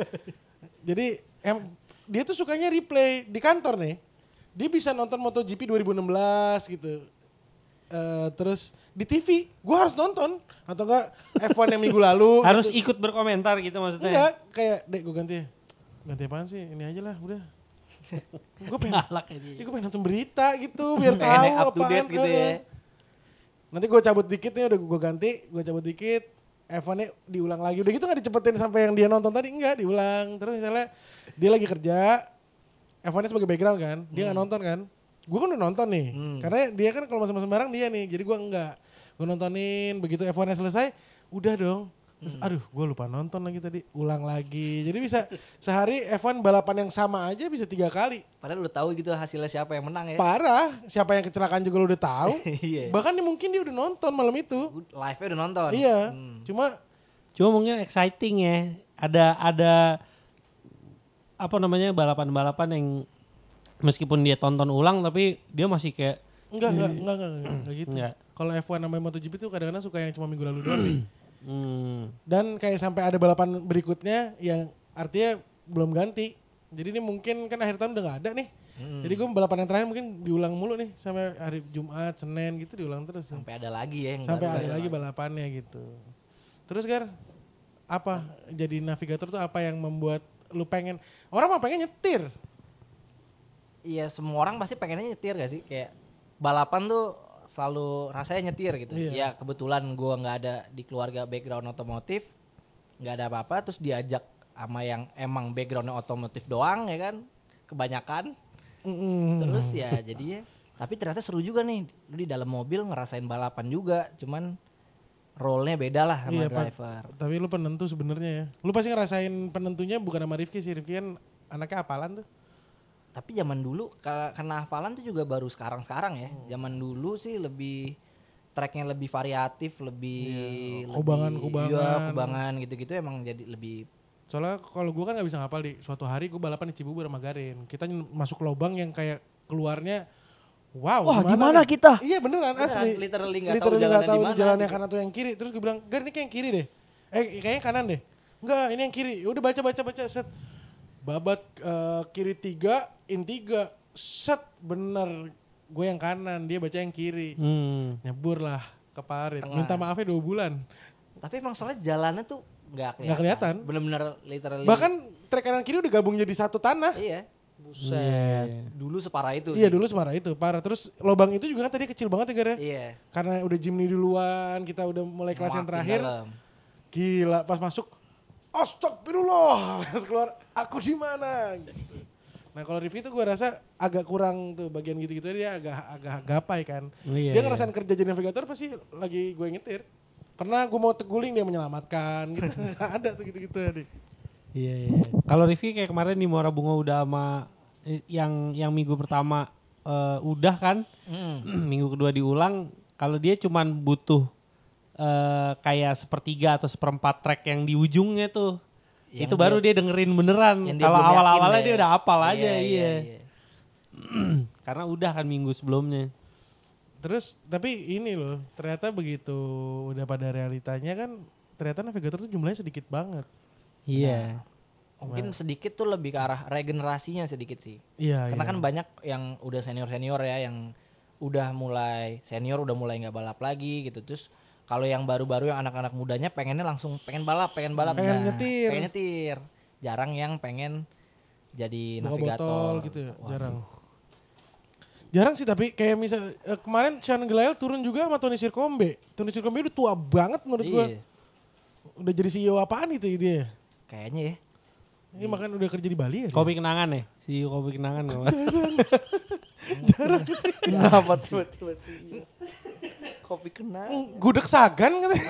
Jadi em, dia tuh sukanya replay di kantor nih. Dia bisa nonton MotoGP dua ribu enam belas gitu. Eh, terus di T V, gua harus nonton atau enggak F satu yang minggu lalu. Harus gitu. ikut berkomentar gitu maksudnya. Enggak, kayak dek gua ganti. Ganti apaan sih? Ini aja lah, udah. Gue pengen, Galak ya dia. ya gue pengen nonton berita gitu biar tahu Pengen up to apaan. date gitu ya. Heeh. Nanti gue cabut dikit nih, udah gue ganti, gue cabut dikit. F satu-nya diulang lagi, udah gitu gak dicepetin sampai yang dia nonton tadi, enggak, diulang. Terus misalnya dia lagi kerja, F satu-nya sebagai background kan, dia nggak nonton kan. Gue kan udah nonton nih, Hmm. karena dia kan kalau masing-masing barang dia nih, jadi gue enggak. Gue nontonin, begitu F satu-nya selesai, udah dong. Terus, Hmm. aduh, gue lupa nonton lagi tadi, ulang lagi. Jadi bisa sehari F satu balapan yang sama aja bisa tiga kali. Padahal udah tahu gitu hasilnya siapa yang menang ya. Parah, siapa yang kecelakaan juga lo udah tahu. Iya. Bahkan nih mungkin dia udah nonton malam itu. Live-nya udah nonton. Iya, Hmm. cuma Cuma mungkin exciting ya. Ada ada apa namanya balapan-balapan yang meskipun dia tonton ulang tapi dia masih kayak enggak, enggak, enggak, enggak, enggak, enggak gitu. Enggak. Kalau F satu sama MotoGP tuh kadang-kadang suka yang cuma minggu lalu doang nih. hmm, Dan kayak sampai ada balapan berikutnya yang artinya belum ganti. Jadi ini mungkin kan akhir tahun udah nggak ada nih. Hmm. Jadi gue balapan yang terakhir mungkin diulang mulu nih sampai hari Jumat, Senin gitu diulang terus. Sampai ada lagi ya yang Sampai baru ada lagi balapannya gitu. Terus Gar, apa jadi navigator tuh apa yang membuat lu pengen? Orang mah pengen nyetir. Iya, semua orang pasti pengennya nyetir gak sih? Kayak balapan tuh selalu rasanya nyetir gitu. Iya. Ya kebetulan gua nggak ada di keluarga background otomotif, nggak ada apa-apa, terus diajak sama yang emang backgroundnya otomotif doang ya kan, kebanyakan. Mm-mm. Terus ya jadinya, tapi ternyata seru juga nih, lu di dalam mobil ngerasain balapan juga, cuman role-nya beda lah sama Iya, Pak. driver. Tapi lu penentu sebenarnya ya. Lu pasti ngerasain penentunya bukan sama Rifki sih. Rifki kan anaknya apalan tuh. Tapi zaman dulu ka- karena hafalan tuh juga baru sekarang-sekarang ya. Oh. Zaman dulu sih lebih tracknya lebih variatif, lebih Iya, lebih- kubangan-kubangan. Iya, kubangan gitu-gitu emang jadi lebih. Soalnya kalau gua kan nggak bisa ngapal di suatu hari gua balapan di Cibubur sama Garin. Kita ny- masuk lubang yang kayak keluarnya wow. Wah, gimana nih? kita? Iya beneran, Beneran, asli. literally nggak tahu Literally jalannya nggak tahu di ini mana jalannya gitu. kanan atau yang kiri. Terus gue bilang, Gar ini kayak yang kiri deh. Eh kayaknya kanan deh. Enggak, ini yang kiri. Udah baca baca baca set. Babat eh, kiri tiga, in tiga. Set bener. Gue yang kanan, dia baca yang kiri. hmm. Nyebur lah ke parit. Tengah. Minta maafnya dua bulan. Tapi emang soalnya jalannya tuh nggak kelihatan. Nggak kelihatan. Bener-bener literally. Bahkan trek kanan kiri udah gabung jadi satu tanah. Iya. Buset. Buset. Dulu separah itu. Iya sih. dulu semarah itu, parah. Terus lubang itu juga kan tadi kecil banget ya Gar ya. Iya. Karena udah Jimny duluan, kita udah mulai kelas yang Makin terakhir. dalam. Gila, pas masuk, astagfirullah, pas keluar, aku di mana? Gitu. Nah kalau Rifki tuh gue rasa agak kurang tuh bagian gitu-gitu dia agak agak gapai kan. Iya, Dia iya. ngerasain kerja jadi navigator pasti lagi gue nyetir. Pernah gue mau teguling dia menyelamatkan gitu. Ada tuh gitu-gitu ya. Iya, iya. Kalau Rifki kayak kemarin di Muara Bunga udah sama eh, yang yang minggu pertama eh, udah kan, Hmm. minggu kedua diulang. Kalau dia cuman butuh eh, kayak sepertiga atau seperempat track yang di ujungnya tuh, Yang itu baru dia- dia dengerin beneran. yang dia Kalau belum yakin awal-awalnya deh. dia udah hafal aja, Iya, iya. iya, iya. Karena udah kan minggu sebelumnya. Terus tapi ini loh ternyata begitu udah pada realitanya kan ternyata navigator tuh jumlahnya sedikit banget. Iya. Mungkin sedikit tuh lebih ke arah regenerasinya sedikit sih. Iya Karena iya. kan banyak yang udah senior-senior ya, yang udah mulai senior udah mulai nggak balap lagi gitu. Terus kalau yang baru-baru yang anak-anak mudanya pengennya langsung pengen balap, pengen balap, Pengen nah, nyetir. pengen nyetir. Jarang yang pengen jadi Bawa navigator. botol gitu ya, Waduh. jarang. Jarang sih tapi kayak misal eh, kemarin Sean Gelael turun juga sama Tony Sirkombe. Tony Sirkombe udah tua banget menurut gua. Iya, Udah jadi C E O apaan itu dia? kayaknya ya. Ini makan udah kerja di Bali ya? dia? Kopi kenangan ya? Si kopi kenangan nggak? Jarang sih. Kenapa tiba-tiba sih? Kopi kena. Hmm, Gudeg Sagan katanya.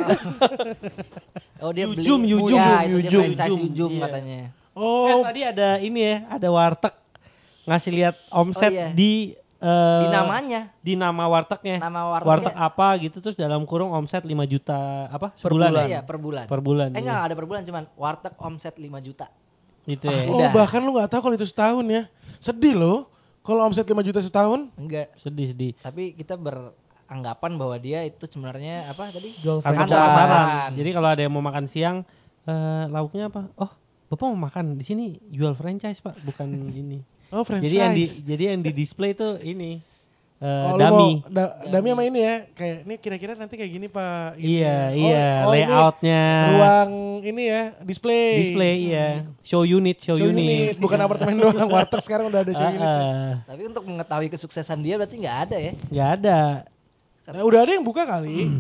Oh dia beli. Yujum, Yujum, ya, itu dia Yujum, franchise Yujum. Yujum Iya. katanya. Eh, Oh, tadi ada ini ya, ada warteg ngasih lihat omset Oh, iya. di eh, Di namanya, di nama wartegnya. nama wartegnya. Warteg apa gitu terus dalam kurung omset lima juta apa Per sebulan bulan. ya? Iya, per bulan. Per bulan. Eh iya. enggak ada per bulan, cuman warteg omset lima juta. Itu ya. oh Udah. bahkan lu nggak tahu kalau itu setahun ya. Sedih loh. Kalau omset lima juta setahun. Enggak, Sedih sedih. tapi kita beranggapan bahwa dia itu sebenarnya apa tadi? Jual Kantong Kantong pemasaran. pemasaran. Jadi kalau ada yang mau makan siang eh, lauknya apa? Oh, Bapak mau makan di sini jual franchise, Pak, bukan ini. Oh franchise. Jadi yang di jadi yang di display tuh ini eh, Oh, lu dummy. mau da- dummy sama ini ya. Kayak ini kira-kira nanti kayak gini Pak. Ini Iya, ya. Oh, iya, oh, ini layoutnya. ruang ini ya, display. Display iya. Show unit, show, Show unit. unit, bukan apartemen doang. Warteg sekarang udah ada show Ah, unit. ya. ah. Tapi untuk mengetahui kesuksesan dia berarti nggak ada ya. Nggak ada. Nah, udah ada yang buka kali.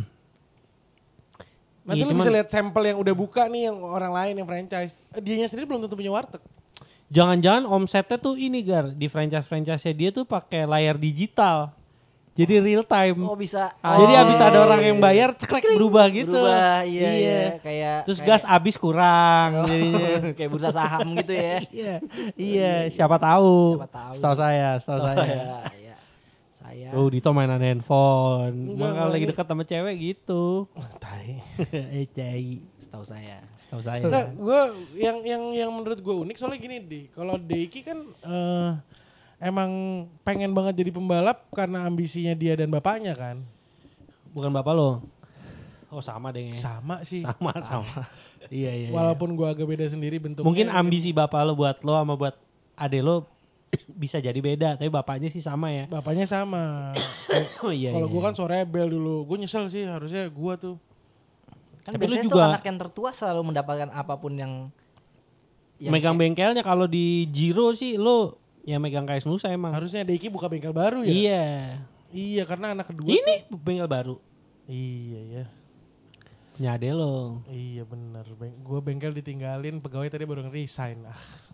Nanti Iya, lu bisa cuman- lihat sampel yang udah buka nih yang orang lain yang franchise. Eh, dianya sendiri belum tentu punya warteg. Jangan-jangan omsetnya tuh ini Gar, di franchise-franchise dia tuh pakai layar digital. Jadi real time. Oh bisa. Ah, jadi Oh, abis ada orang yang bayar cekrek berubah gitu. Berubah, iya, iya. Kayak Terus kayak- gas abis kurang Oh, jadinya. kayak bursa saham gitu ya. Iya, iya, siapa tahu. Siapa tahu. Setahu saya, setahu Oh, saya. iya, iya. Saya. Oh, Dito mainan handphone. Enggak, Emang kalau enggak, lagi ini- dekat sama cewek gitu. Tai. eh, cai. Setahu saya. Setahu saya. Enggak, gue yang yang yang menurut gue unik soalnya gini di. Kalau Deiki kan eh, emang pengen banget jadi pembalap karena ambisinya dia dan bapaknya kan. Bukan bapak lo. Oh, sama deh. Sama sih. Sama, sama. iya, iya. iya. Walaupun gue agak beda sendiri bentuknya. Mungkin ambisi bapak lo buat lo sama buat ade lo bisa jadi beda, tapi bapaknya sih sama ya. Bapaknya sama. Kayak, Oh iya. kalau iya. gue kan so rebel dulu. Gue nyesel sih harusnya gue tuh. Kan Tapi lu biasanya tuh juga- anak yang tertua selalu mendapatkan apapun yang yang megang bengkelnya kalau di Giro sih lo ya megang K S Nusa emang. Harusnya Deiki buka bengkel baru ya. Iya. Iya karena anak kedua. Ini tuh- bengkel baru. Iya ya. Punya ade lo. Iya bener. Beng- gue bengkel ditinggalin pegawai tadi baru nge-resign. Ah.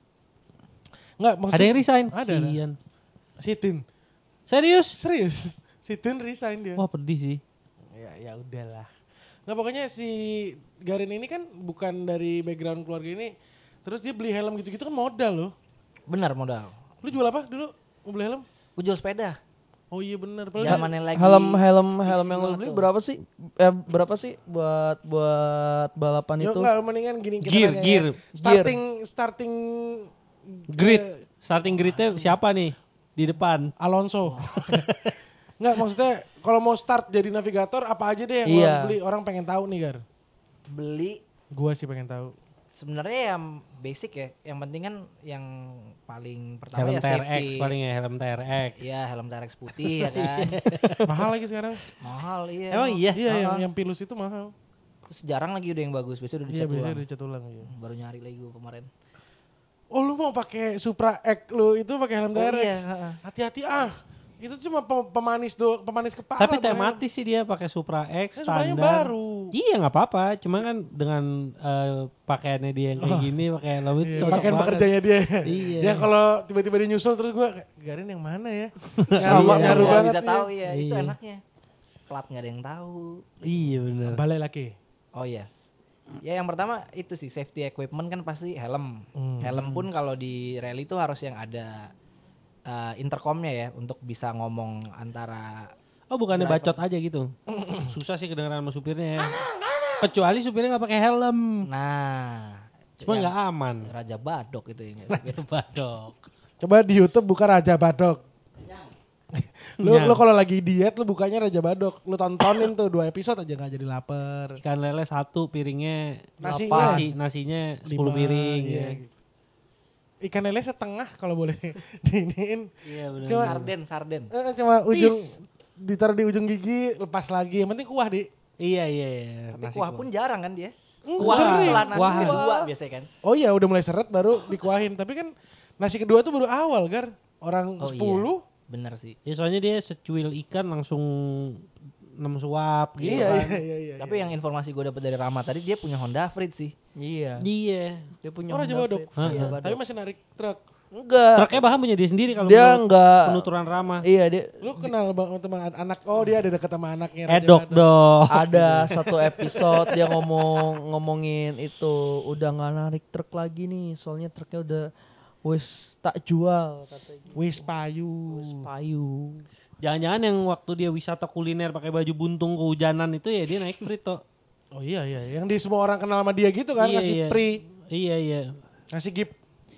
Enggak maksudnya. Ada yang resign? Ada. ada. Sian. Sitin. Serius? Serius. Sitin resign dia. Wah pedih sih. Ya ya udahlah. Nggak pokoknya si Garin ini kan bukan dari background keluarga ini. Terus dia beli helm gitu-gitu kan modal loh. benar modal. Lu jual apa dulu? Mau beli helm? Gue jual sepeda. Oh iya bener. Padahal Zamannya lagi helm helm helm fiksi yang lu banget beli tuh. berapa sih? Eh berapa sih buat buat balapan Yo itu? enggak mendingan gini kita Gear, nanya ya. gear. Starting starting Grid. eh, Starting gridnya siapa nih di depan? Alonso. Enggak maksudnya kalau mau start jadi navigator apa aja deh yang lo Iya. harus beli, orang pengen tahu nih Gar. beli Gua sih pengen tahu. sebenarnya yang basic ya. Yang penting kan yang paling pertama Helm ya T R X safety. paling ya, helm T R X. Iya, helm T R X putih ya kan. Mahal lagi sekarang. Mahal iya. Emang iya? Iya yang Ah. yang pilus itu mahal. Terus jarang lagi udah yang bagus, biasanya udah Iya dicat biasanya ulang. dicat ulang iya. Baru nyari lagi gue kemarin. Oh lu mau pakai Supra X lu itu pakai helm T R X. Oh iya, heeh. Hati-hati ah. Itu cuma pem- pemanis do, pemanis kepala. Tapi bro. tematis sih dia pakai Supra X Kan sebenarnya standar. baru. Iya nggak apa-apa, cuma kan dengan eh, pakaiannya dia yang kayak Oh. gini, pakai helm itu Iya, cocok pakaian banget. bekerjanya dia. Iya. Ya kalau tiba-tiba dia nyusul terus gue Garin yang mana ya? Sama, nyaru, sama. nyaru Nggak banget bisa ya. tahu ya, itu Iya. enaknya. Plat nggak ada yang tahu. Iya benar. Balik lagi. Oh iya. Ya yang pertama itu sih safety equipment kan pasti helm. Hmm. Helm pun kalau di rally itu harus yang ada uh, intercomnya ya untuk bisa ngomong antara Oh bukannya driver. bacot aja gitu. Susah sih kedengeran sama supirnya ya. Kecuali supirnya nggak pakai helm. Nah, Cuma yang nggak aman. Raja Badok itu ya. Raja Badok. Coba di YouTube buka Raja Badok. Lu Nyang. lu kalau lagi diet lu bukanya Raja Badok. Lu tontonin tuh dua episode aja nggak jadi lapar. Ikan lele satu, piringnya Nasinya. nasi, nasinya sepuluh Lima, piring. iya, Ya. gitu. Ikan lele setengah kalau boleh diiniin. Iya benar. Cuma- Sarden, sarden. Eh, cuma ujung Tis. ditaruh di ujung gigi, lepas lagi. Yang penting kuah, Di. Iya iya iya. Tapi Nasi kuah pun jarang kan dia. Hmm, Kuah sering. setelah nasi Kuahan. kedua biasanya kan. Oh iya, udah mulai seret baru dikuahin. Tapi kan nasi kedua tuh baru awal, Gar. Orang Oh, sepuluh. Bener sih. Ya soalnya dia secuil ikan langsung enam suap gitu Iya, kan. iya, iya, iya. Tapi yang informasi gue dapat dari Rama tadi dia punya Honda Freed sih. Iya. Iya. Dia punya Oh, Raja Honda Badok. Freed. Hah, Iya, hah. tapi masih narik truk. Enggak. Truknya bahkan punya dia sendiri kalau Dia menurut enggak. penuturan Rama. Iya, dia Lu kenal bang sama anak? Oh, dia ada deket sama anaknya. Raja Edok Badok. dong. ada satu episode dia ngomong ngomongin itu udah nggak narik truk lagi nih, soalnya truknya udah wis tak jual katanya. Wis payu. Wis payu. Jangan-jangan yang waktu dia wisata kuliner pakai baju buntung kehujanan itu ya dia naik Freed toh. Oh iya iya, yang di semua orang kenal sama dia gitu kan, Iya, ngasih iya. pri, Iya iya. ngasih gift.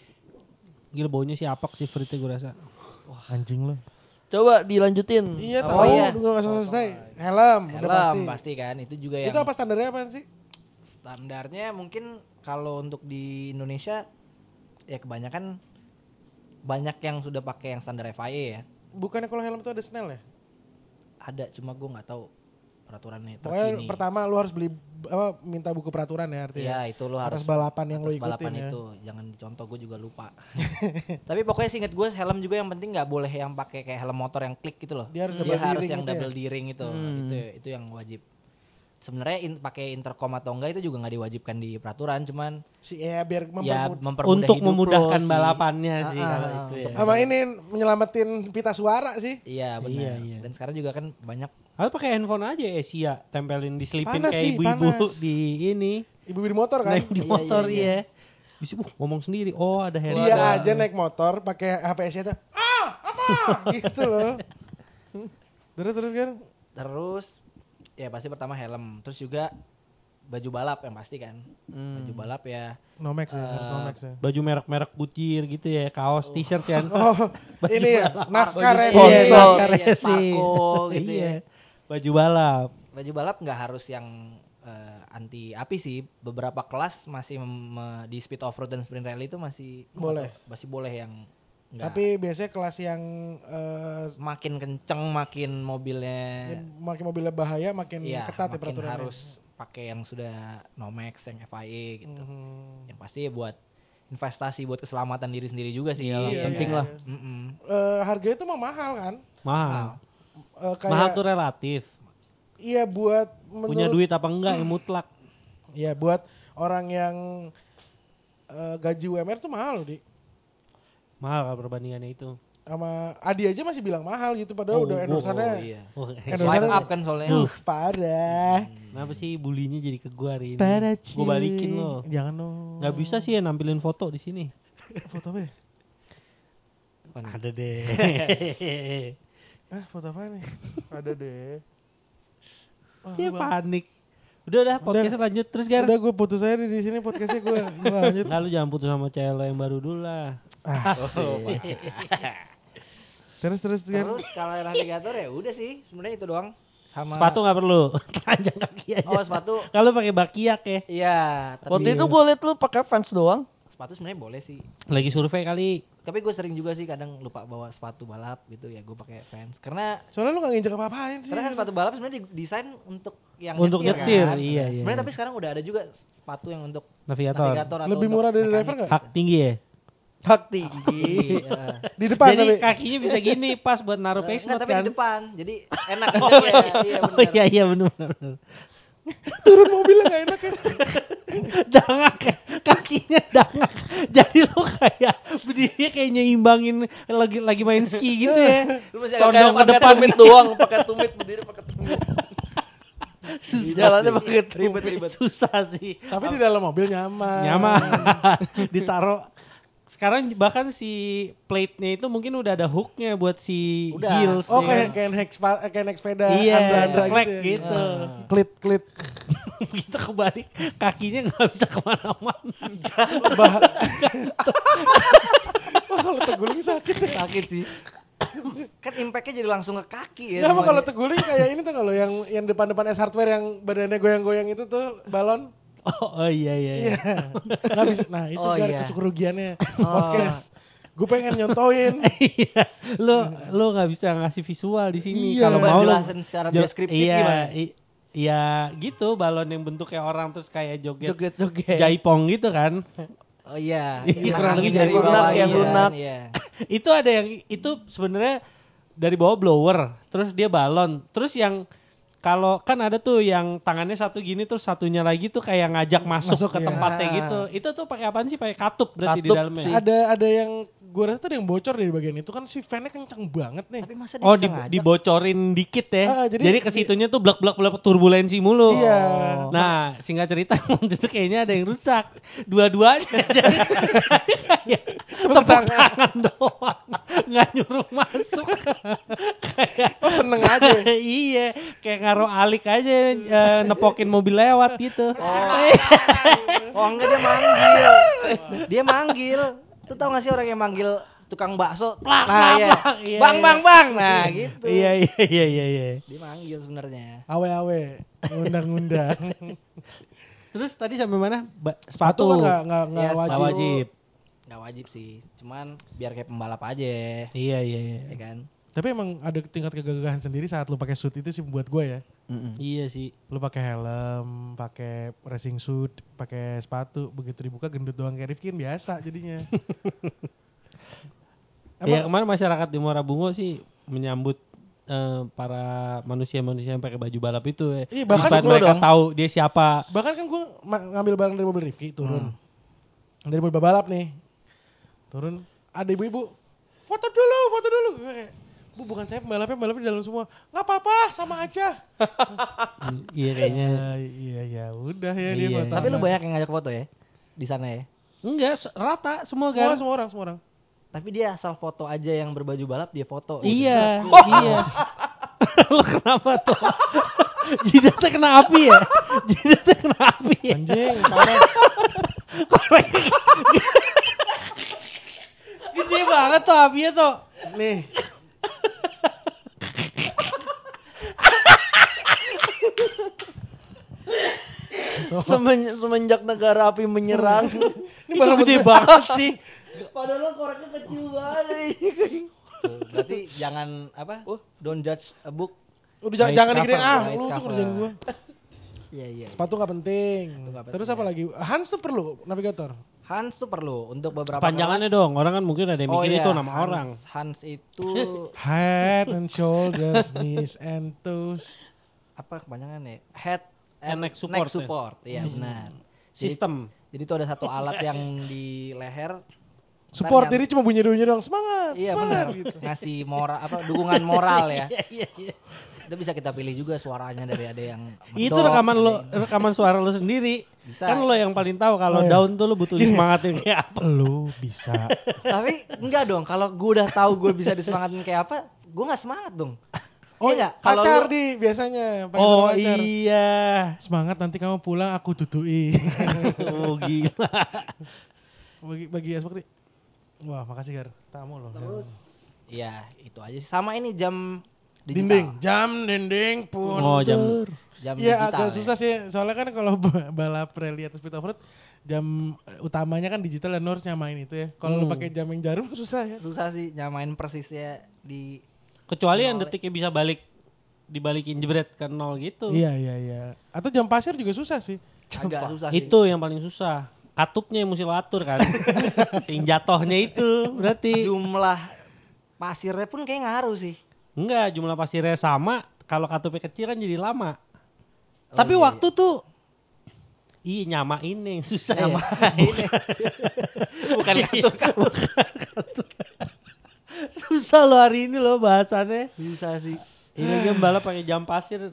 Gila baunya sih apak sih Freednya gue rasa. Anjing lu. Coba dilanjutin. Iya Apa tahu, iya? udah nggak selesai. Helm, udah Helm pasti. pasti. kan. Itu juga yang Itu apa standarnya apa sih? standarnya mungkin kalau untuk di Indonesia ya kebanyakan banyak yang sudah pakai yang standar F I A ya. Bukannya kalau helm itu ada snell ya? Ada cuma gue nggak tahu peraturannya Pokoknya terkini. pertama lu harus beli apa minta buku peraturan ya artinya. Iya itu lo harus Atas balapan yang lu atas ikutin balapan ya. itu jangan dicontoh gue juga lupa. Tapi pokoknya seinget gue helm juga yang penting nggak boleh yang pakai kayak helm motor yang klik gitu loh. Dia harus Dia double harus D-ring yang itu ya? double D-ring itu. Hmm. Itu itu yang wajib. Sebenarnya in, pakai intercom atau enggak itu juga nggak diwajibkan di peraturan, cuman Si ya biar ya mempermudah. mempermudah Untuk hidup memudahkan lo sih. balapannya sih Ah, kalau ah, itu ya. untuk- Sama ini menyelamatin pita suara sih. Iya benar. Iya, iya. Dan sekarang juga kan banyak Atau pakai handphone aja Asia, tempelin diselipin Panas kayak nih, ibu-ibu panas. di ini. Ibu di motor kan. Naik di Iya, motor iya, iya. iya. Bisa uh, ngomong sendiri. Oh, ada helm. Dia ada. aja naik motor pakai H P S-nya tuh. Ah, apa? gitu loh. Terus terus kan. terus ya pasti pertama helm, terus juga baju balap yang pasti kan. Hmm. Baju balap ya Nomex ya, harus Eh, Nomex ya. Baju merek-merek butir gitu ya, kaos, t-shirt kan. Oh, ini ya, NASCAR Baju racing. Iya, sponsor. NASCAR Iya, racing. Sparko gitu Iya. ya. Baju balap. Baju balap nggak harus yang eh, anti api sih. Beberapa kelas masih mem- me- di speed off road dan sprint rally itu masih Boleh. masih boleh yang nggak. Tapi biasanya kelas yang eh, makin kenceng makin ya, mobilnya makin mobilnya bahaya makin iya, ketat ya makin peraturannya. harus pakai yang sudah Nomex yang F I A gitu. Mhm. Yang pasti ya buat investasi buat keselamatan diri sendiri juga sih. Iyalah, Iya, penting iya, lah. iya. Mm-mm. Eh, harganya tuh mah mahal kan? Mahal. Eh, kayak Mahal tuh relatif. iya buat Punya menurut duit apa enggak yang mutlak. iya buat orang yang eh, gaji U M R tuh mahal loh, Di. Mahal kalau perbandingannya itu. Sama Adi aja masih bilang mahal gitu padahal Oh, udah gua- endorsannya. Oh, iya. Oh, Endorsannya- Swipe up kan soalnya. Uh, parah. Kenapa sih bulinya jadi ke gua hari ini? Parah, Gua cuy. balikin lo. Jangan dong. Nggak bisa sih ya nampilin foto di sini. Foto apa ya? Apa nih? Ada deh. Ah, foto apa nih? Ada deh. Wah, Dia gua- panik. Udah udah podcastnya lanjut terus Gar. Udah gue putus aja di sini podcastnya gue gue lanjut. Enggak lu jangan putus sama cewek lo yang baru dulu lah. Ah, Oh, terus terus Gar. Terus kalau navigator ya udah sih, sebenarnya itu doang. Sama Sepatu nggak perlu. Telanjang kaki aja. Oh, sepatu. Kalau pakai bakiak ya. Iya, tapi Waktu itu gue liat lu pakai Vans doang. sepatu sebenarnya boleh sih. Lagi survei kali. Tapi gue sering juga sih kadang lupa bawa sepatu balap gitu ya, gue pakai Vans. Karena Soalnya lu gak nginjek apa-apain sih. karena kan sepatu balap sebenarnya didesain untuk yang Untuk nyetir, nyetir, kan. iya, iya. Sebenarnya tapi sekarang udah ada juga sepatu yang untuk Navigator. navigator atau Lebih untuk murah dari mekanik driver nggak? Hak tinggi ya. Tak tinggi. Iya. Di depan Jadi tapi. kakinya bisa gini pas buat naruh Eh, face enggak, note tapi kan. di depan. Jadi enak Oh, aja ya. Iya Oh benar. iya iya benar benar. benar. Turun mobilnya nggak enak ya. Dangak ya, kakinya dangak. Jadi lo kayak berdiri kayak nyimbangin lagi lagi main ski gitu ya. Lu masih Condong ke pakai depan tumit gitu. doang, pakai tumit berdiri pakai tumit. Susah Jalannya sih. pakai Ribet-ribet. Susah sih. Tapi di dalam mobil nyaman. Nyaman. Ditaruh. Sekarang bahkan si plate-nya itu mungkin udah ada hook-nya buat si Udah. heels. Oh ya kayak kan? kayak naik spa- kayak naik sepeda Iya, Andra-Andra ceklek gitu. Ya. gitu. Klit klit. Begitu kebalik kakinya nggak bisa kemana-mana. Bah. Wah kalau terguling sakit. Sakit sih. Kan impact-nya jadi langsung ke kaki ya. Ya emang kalau semuanya. terguling kayak ini tuh kalau yang yang depan-depan S Hardware yang badannya goyang-goyang itu tuh balon. Oh, oh iya iya. iya. Iya. Nggak bisa. Nah itu Oh, gara iya. kerugiannya Oh. podcast. Gue pengen nyontoin. Iya, lo lo nggak bisa ngasih visual di sini. Iya. Kalau Coba mau lo jelasin secara jel- deskriptif iya, gimana? i- Iya gitu balon yang bentuk kayak orang terus kayak joget, Joget-joget. jaipong gitu kan. Oh iya. Iya, kurang lebih Angin dari jaipong. bawah, Lunak ya, iya, lunak. Iya. Itu ada yang itu sebenarnya dari bawah blower, terus dia balon, terus yang kalau kan ada tuh yang tangannya satu gini terus satunya lagi tuh kayak ngajak masuk, Masuk, ke iya. tempatnya Ah. gitu. Itu tuh pakai apaan sih? Pakai katup berarti di Katup dalamnya. sih. Ada ada yang gue rasa tuh ada yang bocor dari bagian itu kan si fan-nya kenceng banget nih. Tapi masa dia Oh, bisa di, ngajak? dibocorin dikit ya. Ah, jadi jadi ke di- situnya tuh blek-blek-blek turbulensi mulu. Iya. Oh. Nah, singkat cerita waktu itu kayaknya ada yang rusak. Dua-duanya. Jadi kayak tepuk tangan doang. Nggak nyuruh masuk. Kayak Oh seneng aja. iya, kayak ngaruh alik aja eh, nepokin mobil lewat gitu. Oh enggak, dia manggil. Dia manggil. Tuh tau gak sih orang yang manggil tukang bakso? Plak, Nah, plak, iya. plak. Iya, Bang, iya. bang, bang. Nah, gitu. Iya, iya, iya, iya, iya. Dia manggil sebenarnya. Awe-awe, ngundang-ngundang. Terus tadi sampai mana? Ba- Sepatu sepatu. kan nggak nggak nggak Iya, Nggak wajib. wajib. Nggak wajib sih. Cuman biar kayak pembalap aja. Iya, iya, iya. Ya kan? Tapi emang ada tingkat kegagahan sendiri saat lu pakai suit itu sih buat gue ya. Mm-mm. Iya sih. Lu pakai helm, pakai racing suit, pakai sepatu, begitu dibuka gendut doang kayak Rifkin biasa jadinya. Ya Emang kemarin masyarakat di Muara Bungo sih menyambut eh, para manusia-manusia yang pakai baju balap itu ya. Iya, bahkan Supaya gua mereka dong. tahu dia siapa. bahkan kan gue ngambil barang dari mobil Rifki turun. Hmm. Dari mobil balap nih. Turun, ada ibu-ibu. Foto dulu, foto dulu. Gue kayak, Bu bukan saya pembalapnya, pembalapnya di dalam semua. Nggak apa-apa, sama aja. Iya kayaknya. Ah, iya ya, udah ya dia Iya. foto. Tapi lu sama- banyak yang ngajak foto ya? Di sana ya? Enggak, se- rata semua semua, kan. semua orang, semua orang. Tapi dia asal foto aja yang berbaju balap, dia foto. Iya, iya. Lo kenapa tuh? Jidatnya kena api ya? Jidatnya kena api ya? Anjing, panas. Korek. Gede banget tuh apinya tuh. Nih. Semen- semenjak negara api menyerang. Itu gede banget sih. Padahal koreknya kecil banget. Tuh, berarti jangan apa? Don't judge a book. Udah jangan, Nice jangan cover, dikirim ah, nice lu tuh cover. kerjaan gua. Iya, iya. Sepatu nggak penting. nggak Terus penting, apa ya. lagi? Hans tuh perlu navigator. Hans tuh perlu untuk beberapa Panjangannya kelas. dong, orang kan mungkin ada yang Oh mikir iya, itu nama Hans, orang. Hans itu Head and shoulders, knees and toes. apa kepanjangannya? Head And and neck support, ya? support. Iya, benar. Jadi- Sistem. Jadi tuh ada satu alat yang di leher. Support yang- diri cuma bunyi-bunyi doang. Semangat, Iya semangat benar. gitu. Ngasih moral apa dukungan moral ya. Iya, iya, iya. Itu bisa kita pilih juga suaranya dari ada yang Itu medok, rekaman ada lo, yang- rekaman suara lo sendiri. Bisa. Kan lo yang paling tahu kalau Oh, iya. down tuh lo butuh Gini. disemangatin kayak apa. Lu bisa. Tapi enggak dong, kalau gue udah tahu gue bisa disemangatin kayak apa, gue nggak semangat dong. Oh Iya nggak? Kalau pacar lu- di biasanya. pakai Oh suara pacar. iya. Semangat nanti kamu pulang aku tutui. Oh gila. bagi bagi Asbak nih. Wah makasih Gar. Tamu loh. Terus Iya, itu aja sih. Sama ini jam digital. Dinding, jam dinding pun. Oh jam. Jam Iya digital agak ya. susah sih. Soalnya kan kalau ba- balap rally atau speed off-road jam utamanya kan digital dan lu harus nyamain itu ya. Kalau lu Hmm. pakai jam yang jarum susah ya. Susah sih nyamain persisnya di Kecuali yang Nol. detiknya bisa balik dibalikin jebret ke nol gitu. Iya iya iya. Atau jam pasir juga susah sih. agak susah sih. Itu yang paling susah. katupnya yang mesti lo atur kan. Yang jatohnya itu berarti. Jumlah pasirnya pun kayak ngaruh sih. Enggak, jumlah pasirnya sama, kalau katupnya kecil kan jadi lama. Oh, Tapi iya, waktu tuh ih nyamain nih susah Nyama ya. ini. Bukan katup. Susah lo hari ini lo bahasannya. Bisa sih. Ini game balap pakai jam pasir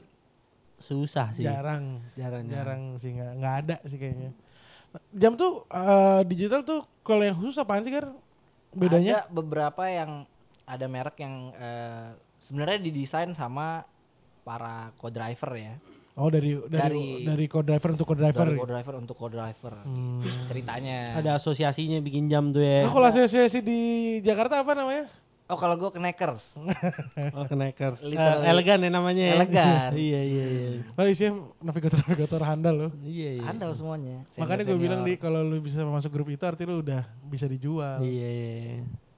susah sih. Jarang, Jarang, jarang sih nggak nggak ada sih kayaknya. Jam tuh eh, digital tuh kalau yang khusus apaan sih Gar? Bedanya? Ada beberapa yang ada merek yang eh, sebenarnya didesain sama para co-driver ya. Oh dari dari Dari- dari co-driver untuk co-driver. Dari co-driver untuk co-driver. Hmm. Ceritanya. Ada asosiasinya bikin jam tuh ya. Nah, kalau asosiasi di Jakarta apa namanya? Oh kalau gue Knackers. Oh, Knackers. Eh, Literally. elegan ya namanya ya. Elegan. Iya, iya, iya. Oh isinya navigator-navigator handal loh. Iya, iya. Handal semuanya. Makanya gue bilang di Senior-senior. kalau lu bisa masuk grup itu artinya lu udah bisa dijual. Iya, iya.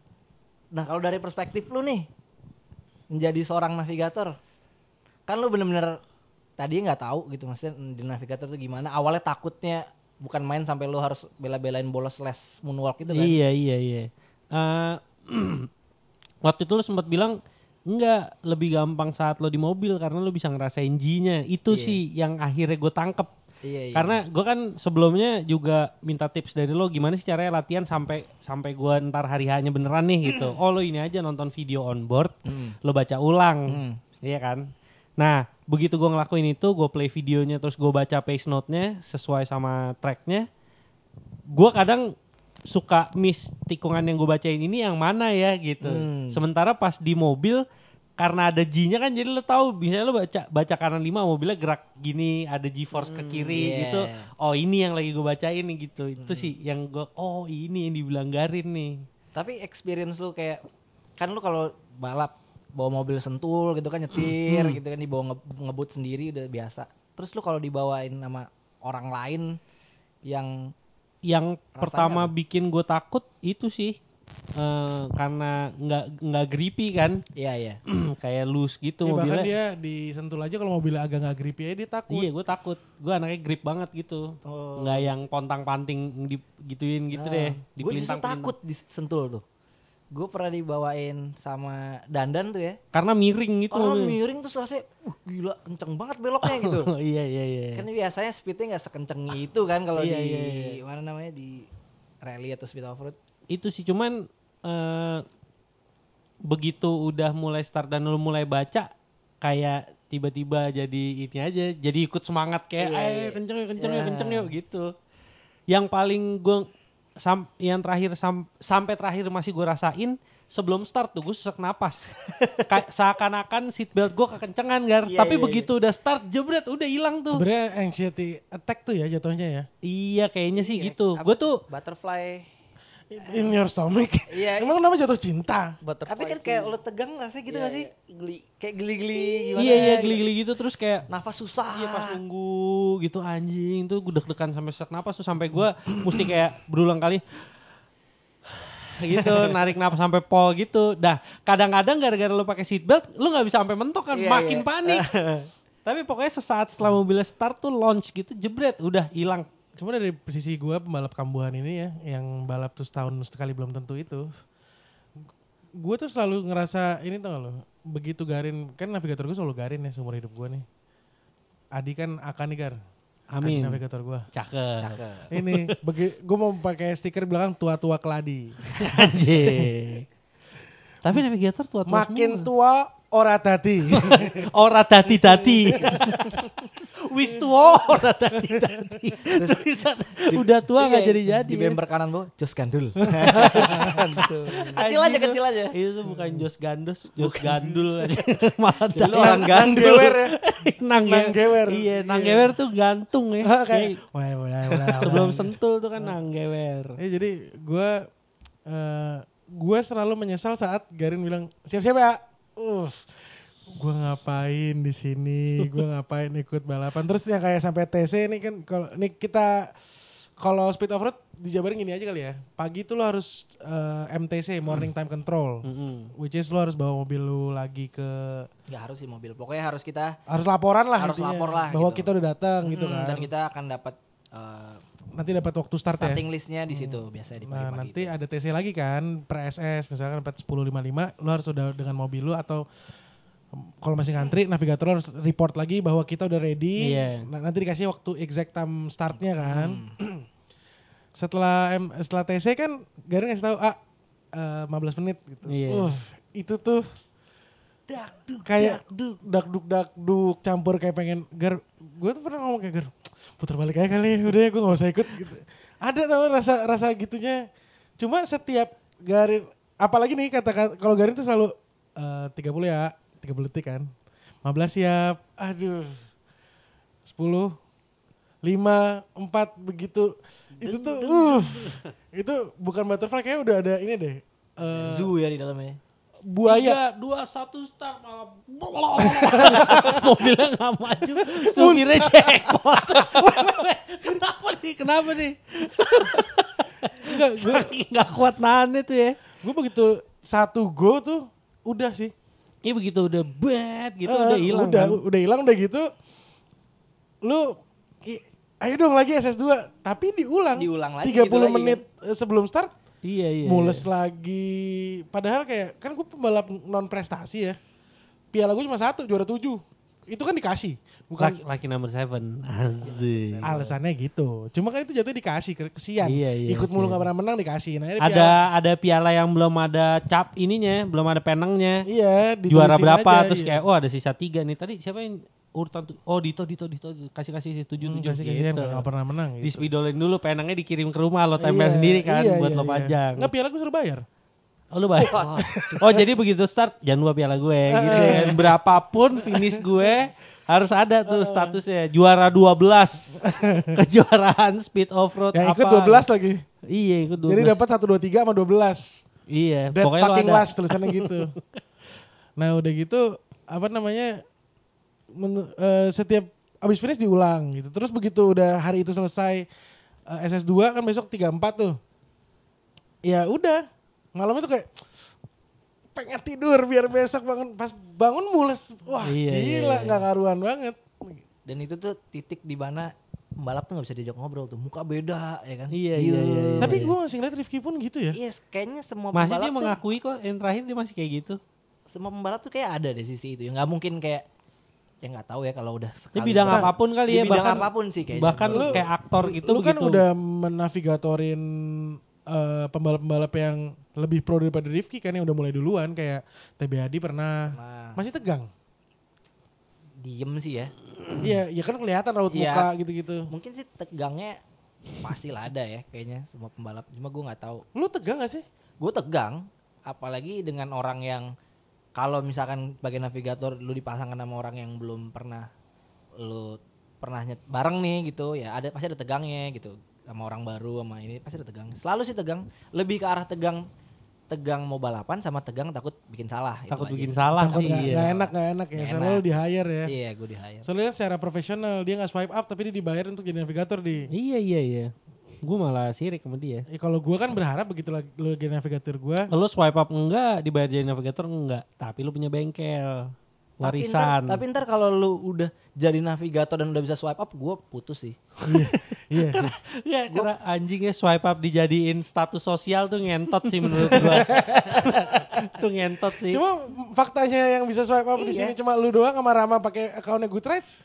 Nah kalau dari perspektif lu nih menjadi seorang navigator, kan lu bener-bener tadi nggak tahu gitu maksudnya di navigator tuh gimana. Awalnya takutnya bukan main sampai lu harus bela-belain bolos les moonwalk itu kan. Iya, iya, iya. Eh, waktu itu lu sempat bilang enggak, lebih gampang saat lo di mobil karena lo bisa ngerasain G-nya. Itu Iya. sih yang akhirnya gue tangkep. Iya, iya. Karena gue kan sebelumnya juga minta tips dari lo gimana sih caranya latihan sampai sampai gue ntar hari hanya beneran nih gitu. Oh lo ini aja nonton video on board, Hmm. lo baca ulang, Hmm. iya kan? Nah begitu gue ngelakuin itu, gue play videonya terus gue baca pace note-nya sesuai sama tracknya. Gue kadang suka miss tikungan yang gue bacain ini yang mana ya gitu. Hmm. Sementara pas di mobil karena ada G-nya kan jadi lo tahu misalnya lo baca baca kanan lima mobilnya gerak gini ada G-force ke kiri yeah. gitu. Oh ini yang lagi gue bacain nih gitu. Itu Hmm. sih yang gue oh ini yang dibilang Garin nih. Tapi experience lu kayak kan lu kalau balap bawa mobil sentul gitu kan nyetir Hmm. gitu kan dibawa nge- ngebut sendiri udah biasa. Terus lu kalau dibawain sama orang lain yang Yang Rasanya pertama apa? bikin gue takut itu sih eh, karena nggak nggak grippy kan. iya iya. Kayak loose gitu Ya, bahkan mobilnya. dia disentul aja kalau mobilnya agak nggak grippy aja dia takut. Iya, gue takut. Gue anaknya grip banget gitu. Oh. Nggak yang pontang-panting di, gituin gitu deh. Gue justru Dipelintang-pelintang. takut disentul tuh. Gue pernah dibawain sama Dandan tuh ya. Karena miring gitu. Orang mobilnya. miring terus rasanya, uh gila kenceng banget beloknya gitu. Oh, iya, iya, iya. Kan biasanya speednya nggak sekenceng itu kan kalau Iya, di iya, iya. mana namanya di rally atau speed off-road. Itu sih cuman eh, begitu udah mulai start dan lu mulai baca kayak tiba-tiba jadi ini aja, jadi ikut semangat kayak Iya, ayo iya. kenceng yuk, kenceng yuk, Ya. kenceng yuk gitu. Yang paling gue sam, yang terakhir sam, sampai terakhir masih gue rasain sebelum start tuh gue sesak napas. Kayak seakan-akan seatbelt gue kekencengan Gar, Iya, tapi iya, begitu udah start jebret udah hilang tuh. Sebenarnya anxiety attack tuh ya jatuhnya ya. Iya kayaknya sih Iya, gitu. apa- Gue tuh butterfly. In your stomach. Iya. Emang namanya jatuh cinta. Tapi kan kayak lo tegang rasanya gitu Iya, nggak sih? Geli, kayak geli-geli gimana? iya iya gitu. geli-geli gitu terus kayak Nafas susah. iya pas nunggu gitu anjing tuh gue deg-degan sampai sesak napas tuh sampai gue mesti kayak berulang kali gitu narik napas sampai pol gitu. Dah kadang-kadang gara-gara lu pakai seatbelt lu nggak bisa sampai mentok kan Iya, makin iya. panik. Tapi pokoknya sesaat setelah mobilnya start tuh launch gitu jebret udah hilang. Cuma dari sisi gua pembalap kambuhan ini ya, yang balap tuh setahun sekali belum tentu itu. Gue tuh selalu ngerasa ini tau gak lo, begitu Garin, kan navigator gue selalu Garin ya seumur hidup gue nih. Adi kan Aka nih Gar. Adi Amin. navigator gue. Cakep. Cakep. Ini, gue mau pakai stiker belakang tua-tua keladi. Anjing. Tapi navigator tua-tua Makin semua. tua ora tadi. Ora dadi-dadi. Wis tua ora dadi-dadi. Udah tua nggak Iya, jadi-jadi. Di ya. bumper kanan bawah, Jos Gandul. Kecil aja, kecil aja. Itu tuh bukan Jos Gandos, Jos Gandul aja. Malah Jadi lu dah. orang gandul. Nanggewer ya. Nanggewer. Nanggewer. Iya, Iya. nanggewer tuh gantung ya. Kayak, Kayak wah, wah, wah, wah. sebelum sentul tuh kan nanggewer. Ya, jadi gue eh gue selalu menyesal saat Garin bilang siap-siap ya. Uh, gue ngapain di sini? Gue ngapain ikut balapan? Terus yang kayak sampai T C ini kan kalau ini kita kalau speed off road dijabarin gini aja kali ya. Pagi tuh lo harus eh, M T C morning time control. Mm-mm. Which is lo harus bawa mobil lo lagi ke Nggak harus sih mobil. Pokoknya harus kita harus laporan lah Harus intinya, lapor lah bahwa gitu. kita udah datang gitu Mm, kan. Dan kita akan dapat eh, nanti dapat waktu start ya. Starting listnya di situ biasanya di Nah, pagi-pagi nanti itu. ada T C lagi kan, per S S misalkan empat sepuluh lima puluh lima, lu harus udah dengan mobil lu atau em, kalau masih ngantri, navigator lu harus report lagi bahwa kita udah ready. Iya. Nah, nanti dikasih waktu exact time startnya kan. Hmm. Setelah M, setelah T C kan Garin ngasih tahu ah eh, lima belas menit gitu. Iya. Uh, itu tuh kayak dakduk dakduk campur kayak pengen Gar, gue tuh pernah ngomong kayak Gar, putar balik aja kali, udah ya gue nggak usah ikut gitu. Ada tau rasa rasa gitunya. Cuma setiap Garin, apalagi nih kata kalau Garin tuh selalu eh, tiga puluh ya, tiga puluh detik kan, lima belas siap, aduh, sepuluh, lima, empat begitu. Itu tuh, uh, itu bukan butterfly, kayak udah ada ini deh. eh, Zoo ya di dalamnya. buaya. Tiga, dua, satu, start malah mobilnya nggak maju, supirnya jackpot. Kenapa nih? Kenapa nih? Enggak, gue Saking nggak kuat nahannya tuh ya. gue begitu satu go tuh udah sih. Iya begitu udah bad gitu Eh, udah hilang udah, kan. udah hilang udah gitu. Lu i- ayo dong lagi S S dua, tapi diulang. Diulang lagi tiga puluh gitu lagi menit eh, sebelum start Iya iya. mules iya. lagi. Padahal kayak kan gue pembalap non prestasi ya. Piala gue cuma satu, juara tujuh. Itu kan dikasih, bukan Laki, laki number seven. Asik. alasannya gitu. Cuma kan itu jatuh dikasih, ke- kesian. Iya, iya, Ikut mulu kesian. gak pernah menang dikasih. Nah, ini Ada piala- ada piala yang belum ada cap ininya, belum ada penangnya. iya, Juara ditulisin berapa aja, terus iya. kayak oh ada sisa tiga nih. Tadi siapa yang urutan tuh? Oh Dito Dito Dito kasih kasih tujuh Hmm, tujuh kasih gitu. kasihan gak pernah menang Di gitu. spidolin dulu penangnya dikirim ke rumah lo tempel Iya, sendiri kan iya, buat iya, lo iya. pajang. Nggak, piala gue suruh bayar. Oh lu bayar. Oh jadi begitu start jangan lupa piala gue gitu kan. Berapapun finish gue harus ada tuh statusnya juara dua belas kejuaraan speed off road Yang apa. ikut dua belas lagi. Iya ikut dua belas. Jadi dapat satu dua tiga sama dua belas. Iya, Dead pokoknya lo fucking ada. last tulisannya gitu. Nah, udah gitu apa namanya? men- eh, setiap abis finish diulang gitu. Terus begitu udah hari itu selesai eh, S S dua kan besok tiga puluh empat tuh. Ya udah. Malamnya tuh kayak pengen tidur biar besok bangun, pas bangun mules. Wah, Iya, iya, gila, iya. nggak karuan banget. Dan itu tuh titik di mana pembalap tuh nggak bisa diajak ngobrol tuh, muka beda ya kan. Iya, iya, iya, iya. Tapi gue masih ngeliat Rifki pun gitu ya. Iya, kayaknya semua Masih pembalap dia tuh mengakui kok yang terakhir dia masih kayak gitu. semua pembalap tuh kayak ada deh sisi itu. Ya nggak mungkin kayak ya nggak tahu ya kalau udah Di sekali bidang ber- apapun kali di ya bidang bahkan apapun sih kayaknya. bahkan Lu- kayak aktor gitu Lu kan begitu. udah menavigatorin eh, pembalap-pembalap yang lebih pro daripada Rifki kan, yang udah mulai duluan kayak T B Adi pernah. Nah, Masih tegang. diem sih ya. Iya, ya kan kelihatan raut Iya. muka gitu-gitu. Mungkin sih tegangnya pastilah ada ya kayaknya semua pembalap. Cuma gue nggak tahu. Lu tegang gak sih? Gue tegang, apalagi dengan orang yang kalau misalkan sebagai navigator lu dipasangkan sama orang yang belum pernah lu pernah nyet bareng nih gitu ya, ada pasti ada tegangnya gitu, sama orang baru sama ini pasti ada tegang. Selalu sih tegang, lebih ke arah tegang tegang mau balapan sama tegang takut bikin salah. itu takut aja bikin sih. salah Takut sih. gak, Iya. gak enak, gak enak ya. Nggak Soalnya enak. lu di hire ya. Iya, gue di hire. Soalnya secara profesional dia gak swipe up tapi dia dibayar untuk jadi navigator di. Iya iya iya. Gue malah sirik sama dia. Ya, kalau gua kan berharap begitu lagi lu jadi navigator gua. Lo swipe up enggak dibayar jadi navigator enggak, tapi lu punya bengkel. Tapi ntar, Warisan. tapi ntar kalau lu udah jadi navigator dan udah bisa swipe up, gue putus sih. Iya, iya. Ya, karena anjingnya swipe up dijadiin status sosial tuh ngentot sih menurut gua. Tuh ngentot sih. Cuma faktanya yang bisa swipe up di Iya. sini cuma lu doang sama Rama pakai akunnya Goodreads.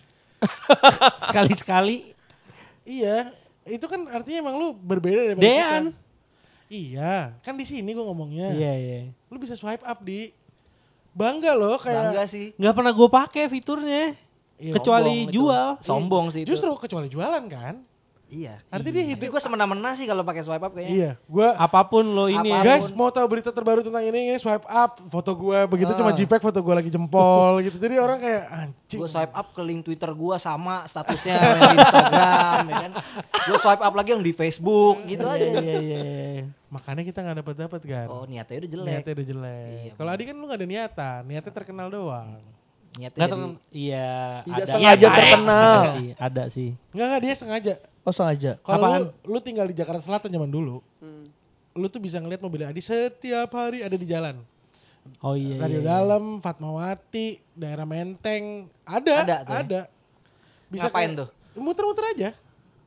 Sekali-sekali Iya, itu kan artinya emang lu berbeda daripada Dean. kita. Iya, kan di sini gua ngomongnya. Iya iya. Lu bisa swipe up di. Bangga loh kayak. Bangga sih. Nggak pernah gue pakai fiturnya. Iya, Kecuali Sombong itu. jual. Sombong sih itu. Justru kecuali jualan kan. Iya. Artinya dia Tapi hidup. gue semena-mena sih kalau pakai swipe up kayaknya. Iya, gua Apapun lo ini ya. Apapun. guys mau tahu berita terbaru tentang ini, ini swipe up foto gua begitu Ah. cuma JPEG foto gua lagi jempol gitu. Jadi orang kayak anjing. Gue swipe up ke link Twitter gue sama statusnya yang di Instagram, ya kan. Gue swipe up lagi yang di Facebook, gitu Iya aja. iya iya. Makanya kita nggak dapat dapat kan. Oh niatnya udah jelek. Niatnya udah jelek. Iya, Kalau Adi kan lu nggak ada niatan, niatnya terkenal doang. Niatnya Nggak jadi. ter- iya Tidak ada. sengaja Iya, terkenal. Ada sih, ada sih. Nggak nggak dia sengaja. Oh sengaja. Kalau Apaan? lu, lu tinggal di Jakarta Selatan zaman dulu, lu tuh bisa ngeliat mobil Adi setiap hari ada di jalan. Oh iya. Radio iya, iya. Dalam, Fatmawati, daerah Menteng, ada, Ada ada. tuh ya? Ngapain tuh? Muter-muter aja.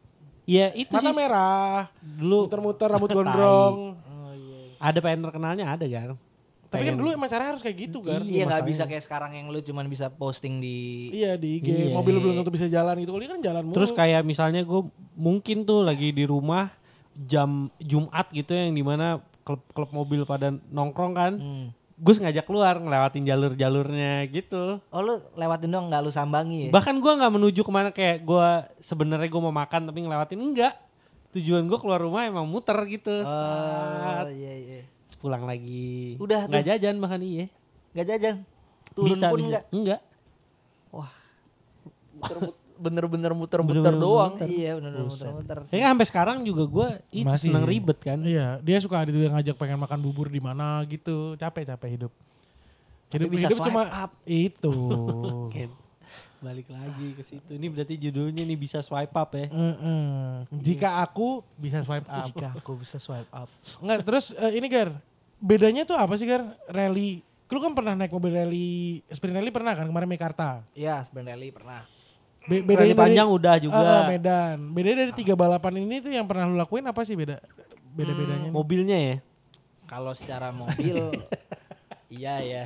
Iya itu Mata sih. merah, Dulu muter-muter rambut gondrong. Oh iya. ada pengen terkenalnya ada kan. Tapi kan Pengen- dulu emang caranya harus kayak gitu, Gar. Iya, Iya nggak makanya. bisa kayak sekarang yang lu cuman bisa posting di. Iya di I G, Iya. mobil belum tentu bisa jalan gitu. Kalau dia kan jalan mulu. Terus kayak misalnya gue mungkin tuh lagi di rumah jam Jumat gitu yang dimana klub-klub mobil pada nongkrong kan. Hmm. Gue ngajak keluar ngelewatin jalur-jalurnya gitu. Oh lu lewatin dong nggak lu sambangi ya? Bahkan gue nggak menuju kemana kayak gue sebenarnya gue mau makan tapi ngelewatin enggak. Tujuan gue keluar rumah emang muter gitu. Oh Saat iya iya. pulang lagi. Udah nggak tuh. jajan bahkan iya. Nggak jajan. Turun bisa, pun bisa. nggak. Enggak. Wah. Muter- bener-bener muter-muter Bener-bener doang. muter. Iya bener-bener Buset. muter-muter. Kayaknya sampai sekarang juga gue itu Masih seneng sih. ribet kan. Iya, dia suka ada juga ngajak pengen makan bubur di mana gitu. Capek-capek hidup. Tapi Hidup bisa hidup swipe cuma up. itu. Oke. Balik lagi ke situ. Ini berarti judulnya nih bisa swipe up ya. Heeh. Jika aku bisa swipe up. Jika aku bisa swipe up. Enggak, terus eh, ini Gar. Bedanya tuh apa sih Gar? Rally. Lu kan pernah naik mobil rally, sprint rally pernah kan kemarin Mekarta. Iya sebenarnya pernah. Be- Rally panjang udah juga. Eh, eh, Medan. Bedanya dari tiga balapan ini tuh yang pernah lu lakuin apa sih beda? Beda-bedanya. nih? Mobilnya ya. Kalau secara mobil, iya ya.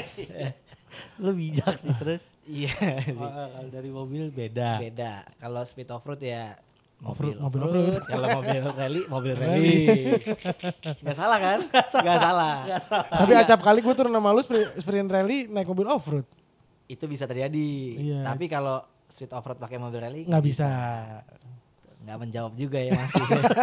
Lu bijak sih terus. Iya sih. Oh, kalau dari mobil beda. Beda. Kalau speed off road ya Off-road, mobil mobil off-road. off-road. Kalau mobil rally, mobil Rally. rally. Gak salah kan? Gak salah. Tapi acap kali gue turun sama lu sprint, sprint rally naik mobil off-road. Itu bisa terjadi. Iya. Tapi kalau street off road pakai mobil rally Nggak bisa. Nggak menjawab juga ya masih.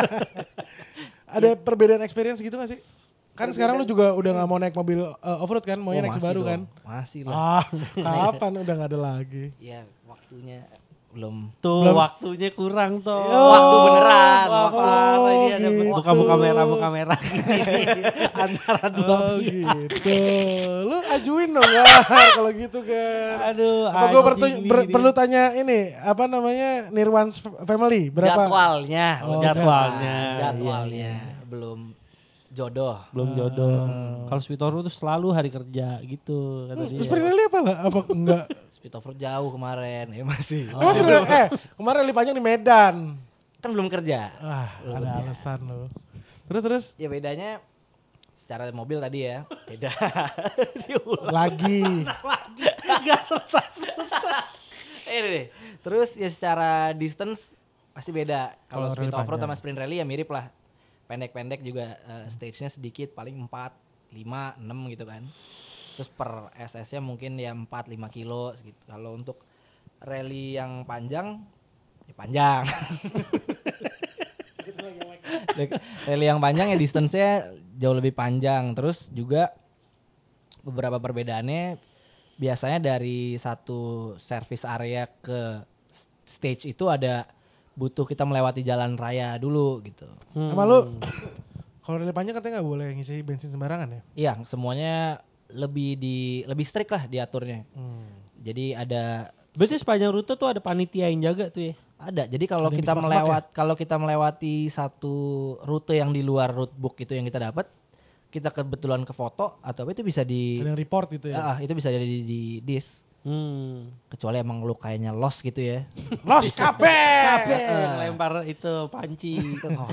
Ada perbedaan experience gitu gak sih? Kan Perbedaan- sekarang lu juga udah nggak mau naik mobil uh, off-road kan? Maunya Oh, naik masih Subaru dong. kan? Masih lah. Ah, kapan udah nggak ada lagi? Ya waktunya belum. Tuh Belum- waktunya kurang tuh. Oh, Waktu beneran, Wah, waktu. parah Oh, ini ada gitu. buka-buka merah, buka merah. Antara dua Oh pihak. gitu. Lu ajuin dong Gar kalau gitu Gar. Aduh, Apa gue anjing ber- ini. perlu tanya ini apa namanya Nirwan's Family berapa? Jadwalnya, Oh, jadwalnya. jadwalnya Iya, iya. belum jodoh. Belum jodoh. Hmm. Kalau speed off road tuh selalu hari kerja gitu kata Hmm, dia. sprint rally apa enggak? Apa enggak? Speed off road jauh kemarin, ya masih. Oh. Emang sprint rally- eh kemarin rally panjang di Medan. Kan belum kerja. Ah, Belum ada ya. alasan lu. Terus terus Ya bedanya secara mobil tadi ya, beda. Diulang lagi. lagi, nggak selesai-selesai. Eh deh. Terus ya secara distance pasti beda. Kalau Kalau speed rally off road panjang. sama sprint rally ya mirip lah. Pendek-pendek juga eh, stage-nya sedikit, paling empat, lima, enam gitu kan. Terus per S S-nya mungkin ya empat, lima kilo gitu. Kalau untuk rally yang panjang ya panjang. Rally yang panjang ya distance-nya jauh lebih panjang. Terus juga beberapa perbedaannya biasanya dari satu service area ke stage itu ada butuh kita melewati jalan raya dulu gitu. Hmm. Sama lu kalau rally panjang katanya nggak boleh ngisi bensin sembarangan ya? Iya, semuanya lebih di lebih strict lah diaturnya. Hmm. Jadi ada Berarti sepanjang rute tuh ada panitia yang jaga tuh ya. ada. Jadi kalau Ada yang kita di semak-semak melewat kalau kita melewati satu rute yang di luar route book itu yang kita dapat, kita kebetulan ke foto atau apa itu bisa di Ada yang report gitu ya. ah, itu bisa jadi di, di dis. Hmm. Kecuali emang lu kayaknya lost gitu ya. Los kabeh. Kabeh Ah. lempar itu panci. Oh.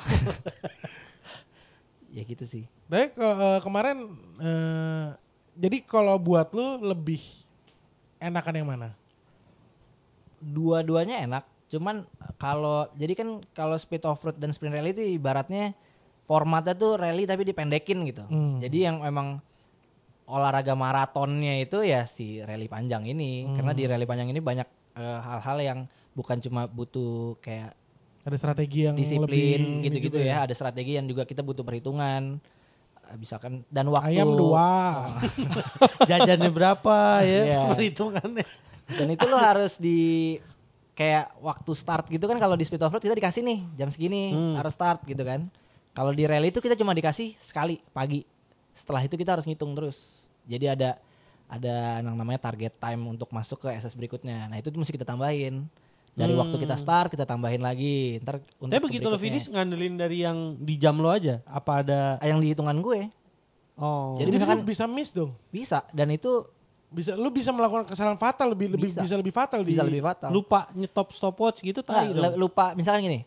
Ya gitu sih. Baik ke- eh, kemarin eh, jadi kalau buat lu lebih enakan yang mana? Dua-duanya enak. Cuman kalau jadi kan kalau speed off road dan sprint rally itu ibaratnya formatnya tuh rally tapi dipendekin gitu. Hmm. Jadi yang emang olahraga maratonnya itu ya si rally panjang ini. Hmm. Karena di rally panjang ini banyak eh, hal-hal yang bukan cuma butuh kayak Ada strategi yang disiplin lebih gitu-gitu ini juga ya. Ada strategi yang juga kita butuh perhitungan. Eh, Misalkan dan waktu Ayam dua. Jajannya berapa ya? Iya. Perhitungannya. Dan itu lo harus di kayak waktu start gitu kan, kalau di speed off road kita dikasih nih jam segini Hmm. harus start gitu kan. Kalau di rally itu kita cuma dikasih sekali pagi. Setelah itu kita harus ngitung terus. Jadi ada ada yang namanya target time untuk masuk ke S S berikutnya. Nah, itu mesti kita tambahin. Dari Hmm. waktu kita start kita tambahin lagi. Ntar untuk Tapi ke begitu lo berikutnya. finish ngandelin dari yang di jam lo aja? Apa ada? Ah, yang di hitungan gue Oh. Jadi Jadi, misalkan- lu bisa miss dong. bisa, dan itu Bisa lu bisa melakukan kesalahan fatal lebih lebih Bisa. bisa lebih fatal bisa di lebih fatal. lupa nyetop stopwatch gitu Nah, tai le- dong. lupa misalkan gini,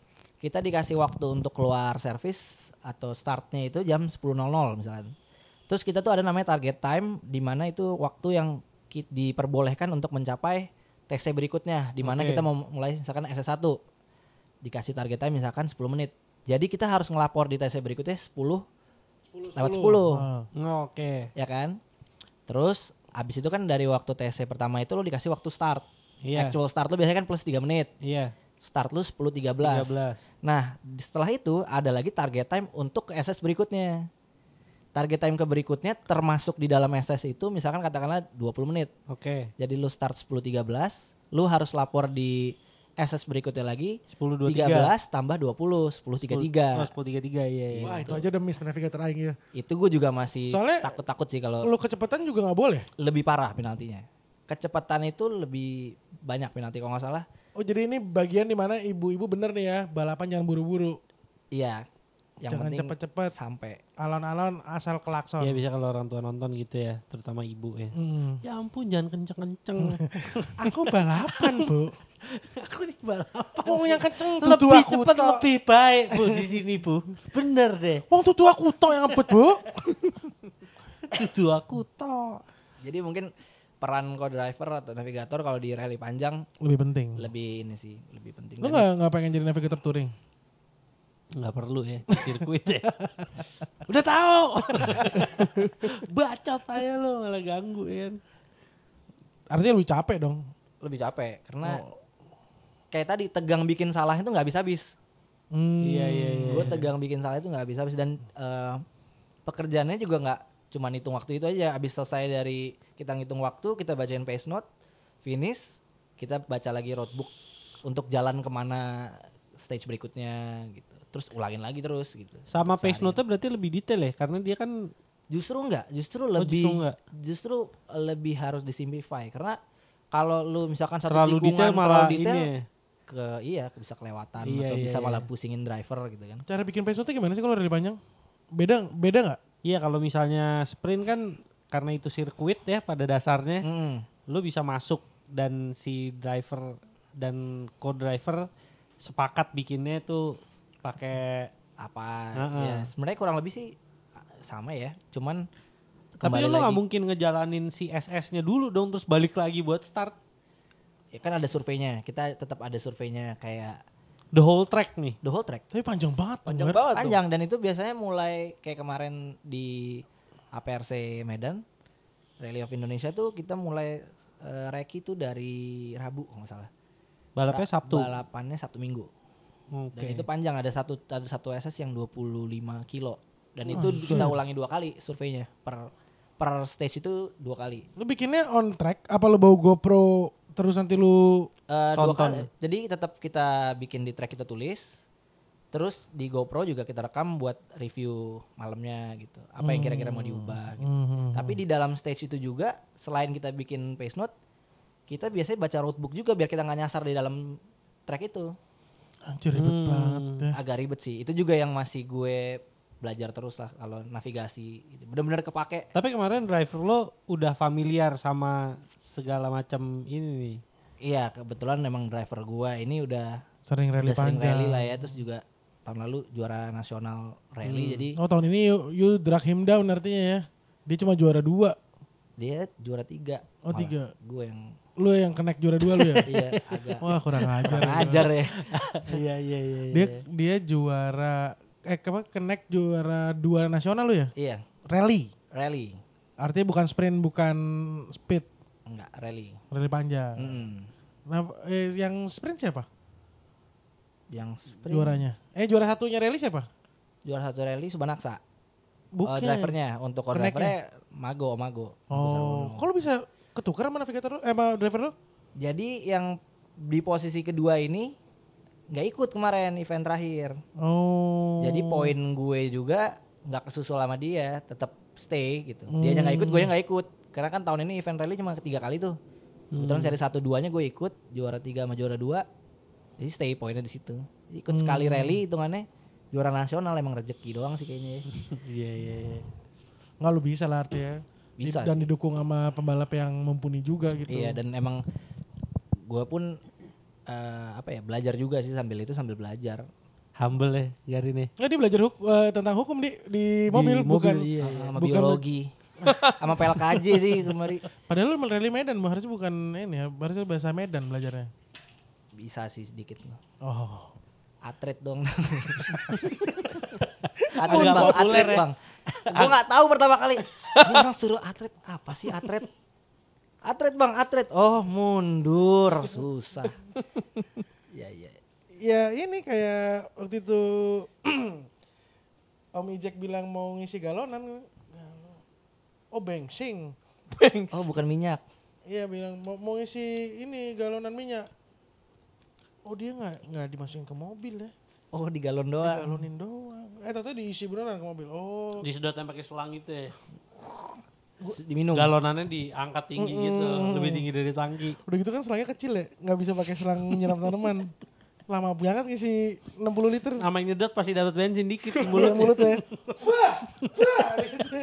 kita dikasih waktu untuk keluar servis atau startnya itu jam sepuluh nol nol misalkan. Terus kita tuh ada namanya target time, di mana itu waktu yang ki- diperbolehkan untuk mencapai T C berikutnya, di mana Oke. kita mau mulai misalkan S S satu. Dikasih target time misalkan sepuluh menit. Jadi kita harus ngelapor di T C berikutnya sepuluh lewat sepuluh. Ah. Oh, Oke. Ya kan? Terus abis itu kan dari waktu T C pertama itu lo dikasih waktu start. Iya. Actual start lo biasanya kan plus tiga menit. Iya. Start lu sepuluh tiga belas. tiga belas. Nah, setelah itu ada lagi target time untuk ke S S berikutnya. Target time ke berikutnya termasuk di dalam S S itu misalkan katakanlah dua puluh menit. Oke. Jadi lu start sepuluh tiga belas, lu harus lapor di S S berikutnya lagi sepuluh dua puluh tiga tiga. belas tambah dua puluh, sepuluh tiga puluh tiga. Oh, sepuluh tiga puluh tiga. Iya, iya. Wah, itu aja udah miss navigator aing ya. Itu gue juga masih Soalnya- takut-takut sih kalau Lu kecepatan juga nggak boleh. lebih parah penaltinya. Kecepatan itu lebih banyak penalti kalau nggak salah. Oh, jadi ini bagian dimana ibu-ibu bener nih ya, balapan jangan buru-buru. Iya. Yang Jangan penting cepet-cepet. sampai. Alon-alon asal klakson. Iya bisa kalau orang tua nonton gitu ya, terutama ibu ya. Hmm. Ya ampun jangan kenceng-kenceng. Aku balapan, Bu. Aku di balapan. Wong yang kenceng tutu Lebih aku cepat tok. lebih baik Bu di sini Bu. Bener deh. Wong tutu aku tok yang ngebut, Bu. Tutu aku tok. Jadi mungkin peran co-driver atau navigator kalau di rally panjang Lebih penting. lebih ini sih, lebih penting. Lu Dan nggak nggak pengen jadi navigator touring? Nggak perlu ya di sirkuit ya. Udah tahu. Bacot aja lo malah ganggu ya. kan. Artinya lebih capek dong. lebih capek karena Oh. kayak tadi tegang bikin salah itu nggak habis-habis. Hmm. Iya, iya, iya. Gue tegang bikin salah itu nggak habis-habis dan eh, pekerjaannya juga nggak cuma hitung waktu itu aja. Habis selesai dari kita ngitung waktu, kita bacain pace note, finish, kita baca lagi roadbook untuk jalan kemana stage berikutnya gitu. Terus ulangin lagi terus gitu. Sama Untuk pace seharian. note berarti lebih detail ya karena dia kan Justru enggak, justru Oh, lebih justru enggak. justru lebih harus disimplify karena kalau lu misalkan satu terlalu tikungan detail malah terlalu detail ini. ya. ke iya bisa kelewatan Iya, atau iya, bisa iya. malah pusingin driver gitu kan. Cara bikin pace note gimana sih kalau dari panjang? Beda beda nggak? Iya kalau misalnya sprint kan karena itu sirkuit ya pada dasarnya Mm. lu bisa masuk dan si driver dan co-driver sepakat bikinnya tuh pakai Apa Heeh. ya sebenarnya kurang lebih sih sama ya. Cuman tapi kembali lu lagi nggak mungkin ngejalanin si S S-nya dulu dong terus balik lagi buat start ya kan ada surveinya. Kita tetap ada surveinya kayak the whole track nih. the whole track. Tapi panjang banget, Panjang Bar. banget tuh. Panjang dan itu biasanya mulai kayak kemarin di A P R C Medan Rally of Indonesia tuh kita mulai eh, reki tuh dari Rabu kalau nggak salah. Balapnya Ra- Sabtu. Balapannya Sabtu Minggu. Oke. Dan itu panjang ada satu ada satu S S yang dua puluh lima kilo. Dan Wah, itu shit. kita ulangi dua kali surveinya per per stage itu dua kali. Lu bikinnya on track apa lu bawa GoPro terus nanti lu Eh, dua Tonton. kali. Jadi tetap kita bikin di track kita tulis. Terus di GoPro juga kita rekam buat review malamnya gitu. Apa yang kira-kira mau diubah gitu. Hmm. Tapi di dalam stage itu juga selain kita bikin pace note, kita biasanya baca roadbook juga biar kita nggak nyasar di dalam track itu. Anjir ribet Hmm. banget ya. Agak ribet sih. Itu juga yang masih gue belajar terus lah kalau navigasi. Gitu. Bener-bener kepake. Tapi kemarin driver lo udah familiar sama segala macam ini nih. Iya kebetulan memang driver gue ini udah Sering rally udah sering panjang. rally lah ya. Terus juga tahun lalu juara nasional rally. Hmm. Jadi Oh, tahun ini you, you drag him down artinya ya. Dia cuma juara dua. dia juara tiga. Oh, Malah tiga. Gue yang Lu yang connect juara dua lu ya? iya agak Wah, kurang ajar. kurang lu. ajar ya. Iya iya iya. Dia dia juara eh apa connect juara dua nasional lu ya? Iya Rally. rally. Artinya bukan sprint, bukan speed, Enggak rally. rally panjang. Mm-mm. Nah, eh, yang sprint siapa? Yang sprint, Juaranya. Eh, juara satunya rally siapa? juara satu rally Subanaksa. Bukan. Oh, drivernya untuk Connect-nya. drivernya Mago Mago. Mago Oh, Sarwono. kok lu bisa ketukar sama navigator lu? Eh, sama driver lu? Jadi yang di posisi kedua ini nggak ikut kemarin event terakhir. Oh. Jadi poin gue juga nggak kesusul sama dia, tetap stay gitu. Dianya nggak ikut, Hmm. gue nggak ikut. Karena kan tahun ini event rally cuma tiga kali tuh. Kebetulan Hmm. seri satu duanya gue ikut, juara tiga sama juara dua. Jadi stay poinnya di situ. Ikut Hmm. sekali rally hitungannya juara nasional emang rezeki doang sih kayaknya. ya. Iya iya iya. Nggak lu bisa lah artinya. Di- Bisa dan sih. didukung sama pembalap yang mumpuni juga gitu. Iya dan emang gue pun eh, apa ya belajar juga sih sambil itu sambil belajar. Humble ya Gary nih. Nggak, dia belajar huk- eh, tentang hukum di di mobil, mobil, bukan. iya. Ah, sama bukan- biologi. Sama P L K J sih kemarin. Padahal lu rally Medan, harusnya bukan ini ya, harusnya bahasa Medan belajarnya. Bisa sih sedikit. Oh. Atlet dong. atlet Agak bang, populer atlet ya. bang. Gue nggak tahu pertama kali. Ini orang suruh atlet, apa sih atlet? Atlet bang, atlet. Oh mundur, susah. Ya ya. Ya ini kayak waktu itu Om Ijek bilang mau ngisi galonan. Oh bensin. Oh bukan minyak. Iya bilang mau, mau ngisi ini galonan minyak. Oh dia nggak nggak dimasukin ke mobil ya. Oh di galon doang. Digalonin doang. Eh ternyata diisi beneran ke mobil. Oh. Disedotan pakai selang gitu ya. Diminum. Galonannya diangkat tinggi Mm-mm. gitu, lebih tinggi dari tangki. Udah gitu kan selangnya kecil ya, nggak bisa pakai selang nyiram tanaman. Lama banget ngisi enam puluh liter. Sama yang nyedot pasti dapat bensin dikit di Mulut mulut. mulut ya. Wah, wah, gitu.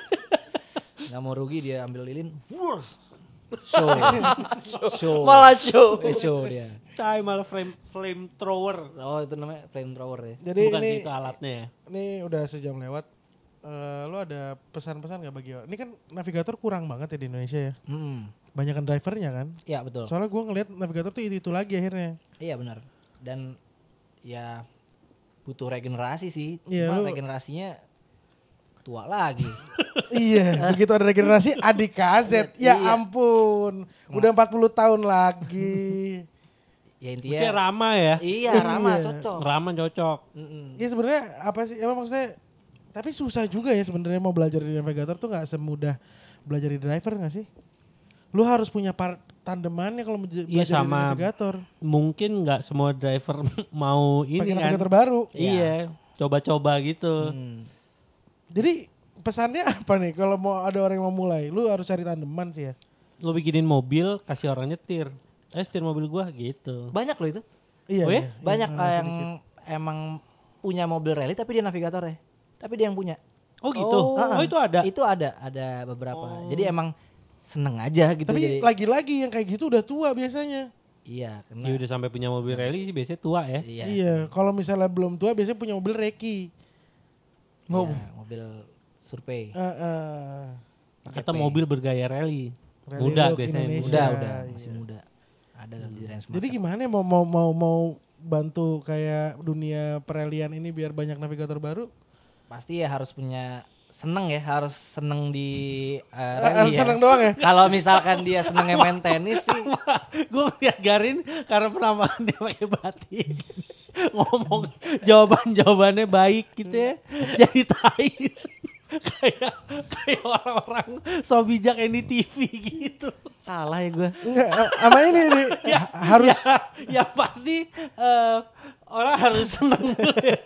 Nggak mau rugi dia ambil lilin. Wurs. Show. Show. Malah show. Eh, show dia. Cai malah flame flame thrower. Oh itu namanya flamethrower ya. Jadi Bukan ini sih itu alatnya ya. ini udah sejam lewat. Eh, lo ada pesan-pesan nggak bagi? Ini kan navigator kurang banget ya di Indonesia ya. Hmm. Banyakan drivernya kan. Ya betul. Soalnya gue ngeliat navigator tuh itu, itu lagi akhirnya. Iya benar. Dan ya butuh regenerasi sih. Iya, Cuma lu- regenerasinya tua lagi. Iya, begitu ada regenerasi adik kaset. Ya Iya. ampun. Udah empat puluh tahun lagi. Ya Maksudnya intinya. ramah ya. Iya ramah Iya. cocok. Ramah cocok. Mm-mm. Ya sebenarnya apa sih? Emang maksudnya tapi susah juga ya sebenarnya mau belajar di navigator tuh nggak semudah belajar di driver nggak sih? Lu harus punya par tandemannya kalau mau j- Iya, belajar di sama navigator. Mungkin nggak semua driver mau ini Pakai kan. navigator baru. Iya, coba-coba gitu. Hmm. Jadi pesannya apa nih kalau mau ada orang yang mau mulai? Lu harus cari tandeman sih ya. Lo bikinin mobil, kasih orang nyetir. Eh setir mobil gua gitu. Banyak loh itu. Iya. Oh ya? iya, Banyak iya, eh, yang sedikit. emang punya mobil rally tapi dia navigator ya. Tapi dia yang punya. Oh gitu. Oh. Oh, itu ada. Itu ada, ada beberapa. Oh. Jadi emang seneng aja gitu. Tapi jadi, lagi-lagi yang kayak gitu udah tua biasanya. iya, karena Ya udah sampai punya mobil rally sih biasanya tua ya. iya, Iya, kalau misalnya belum tua biasanya punya mobil reki. iya, mobil survei. Eh, eh. Pakai Atau P. mobil bergaya rally. Rally Muda Look biasanya, Indonesia. Udah, udah, Iya. masih muda. Ada di range Jadi gimana ya mau mau mau mau bantu kayak dunia peralian ini biar banyak navigator baru? Pasti ya harus punya seneng ya, harus seneng di eh, Eh, rally ya. seneng doang ya? Kalau misalkan dia senengnya main tenis sih, Gue ngeliat Garin karena penampakan dia pakai batik. Ngomong jawaban-jawabannya baik gitu ya. Jadi tai sih. kayak kayak orang-orang so bijak yang di T V gitu. salah ya gue. Enggak, eh, sama ini nih ha- harus ya, ya pasti eh, orang harus seneng dulu ya.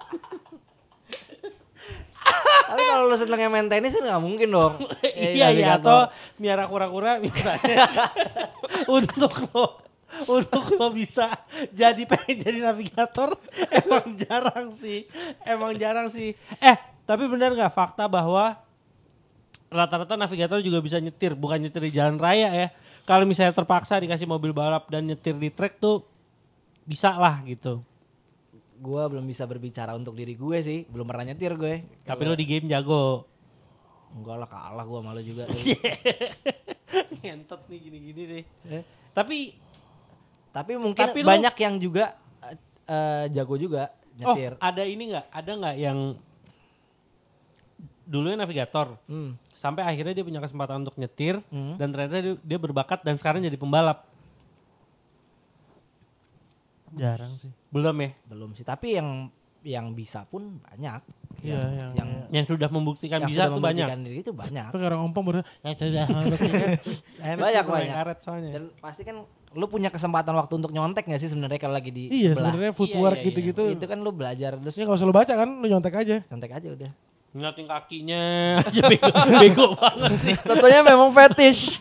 Tapi kalau lu senengnya main tenis kan nggak mungkin dong. Eh, iya iya navigator. atau miara kura-kura misalnya untuk lo untuk lo bisa jadi pengen jadi navigator emang jarang sih emang jarang sih eh tapi benar nggak fakta bahwa rata-rata navigator juga bisa nyetir bukan nyetir di jalan raya ya kalau misalnya terpaksa dikasih mobil balap dan nyetir di trek tuh bisa lah gitu Gue belum bisa berbicara untuk diri gue sih, belum pernah nyetir gue. tapi lo di game jago Enggak lah, kalah gue malu juga. ngentot nih gini-gini deh eh, tapi Tapi mungkin Tapi lu- banyak yang juga eh, eh, jago juga nyetir. oh ada ini nggak ada nggak yang dulunya navigator Hmm. sampai akhirnya dia punya kesempatan untuk nyetir Hmm. dan ternyata dia, dia berbakat dan sekarang jadi pembalap jarang sih. belum ya Belum sih, tapi yang yang bisa pun banyak. Iya, yang, yang- yang, yang sudah membuktikan yang bisa sudah tuh banyak membuktikan diri itu banyak. Tapi orang ompong baru ya sudah Enak Banyak, tuh main banyak. karet soalnya Dan pasti kan lu punya kesempatan waktu untuk nyontek nggak sih sebenarnya kalau lagi di Iya, sebelah? sebenarnya Iya, footwork iya, iya. gitu-gitu. Itu kan lu belajar terus Ya enggak usah lu baca kan, lu nyontek aja. nyontek aja udah. ngeliatin kakinya aja bego, bego banget sih Tentunya memang fetish.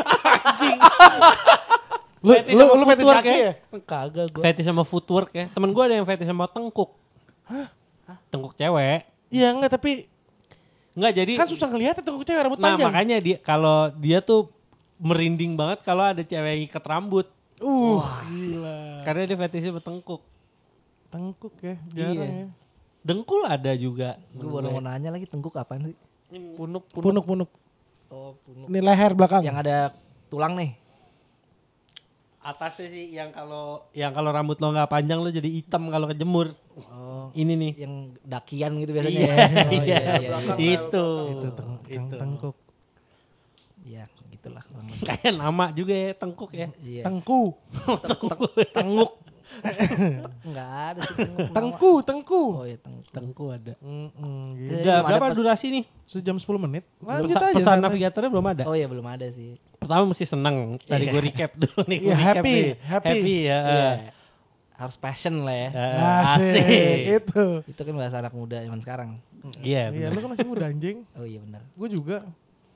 Lu Fetish lu sama lu fetish footwork kaki ya? ya? Kagak gua. fetish sama footwork ya temen gue ada yang fetish sama tengkuk tengkuk cewek Iya enggak, tapi enggak jadi kan susah ngeliatnya tuh cewek rambut nah panjang. makanya dia kalau dia tuh merinding banget kalau ada cewek yang ikat rambut Uh, gila. karena dia fetishnya bertengkuk Tengkuk ya, jarang Iya. ya. Dengkul ada juga. Gue baru mau nanya lagi tengkuk apaan sih? Punuk, punuk. Punuk punuk. Oh, punuk. Ini leher belakang. Yang ada tulang nih. Atasnya sih yang kalau yang kalau rambut lo nggak panjang lo jadi hitam kalau kejemur. Oh, Ini nih. yang dakian gitu biasanya Iya, ya. Oh, iya, iya, iya, belakang. iya. Itu. Itu teng- teng- Itu. tengkuk. Iya, gitulah kurang lebih. Kayak nama juga ya tengkuk ya. Iya. Tengku. Tengkuk. Tenguk. Enggak ada sih tenguk. nama. Tengku, tengku. Oh iya tengku. Tengku ada. Mm-mm, gitu. Jadi Udah belum ada berapa pes- durasi nih? Sejam sepuluh menit. Lanjut Pesa- aja. pesan santai. navigatornya belum ada. Oh iya belum ada sih. Pertama mesti seneng. Tadi Iya. gue recap dulu nih. Gue Iya, recap happy, nih. happy. Happy ya. Iya. Harus passion lah ya. Eh, Asik. Asik. Itu. Itu kan bahasa anak muda zaman sekarang. Iya. Iya, lu kan masih muda anjing. Oh iya benar. Gue juga.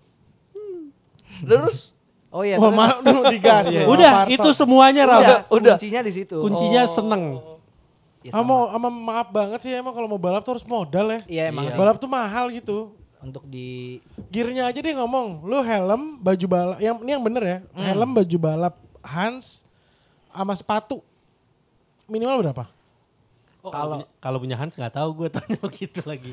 Terus oh iya Wah, terus- malah dulu digas. Iya. lu, Udah, Parto. itu semuanya Ram. udah, udah. kuncinya di situ. Kuncinya Oh. seneng. Ya, Ah, sama. mau ama maaf banget sih emang kalau mau balap tuh harus modal ya. Iya emang Iya. sih. Balap tuh mahal gitu. Untuk di Gearnya aja dia ngomong, lu helm, baju balap, yang ini yang bener ya, Hmm. helm, baju balap, Hans, sama sepatu, minimal berapa? Oh, kalau Kalau- punya- kalau punya Hans nggak tahu gue tanya begitu lagi.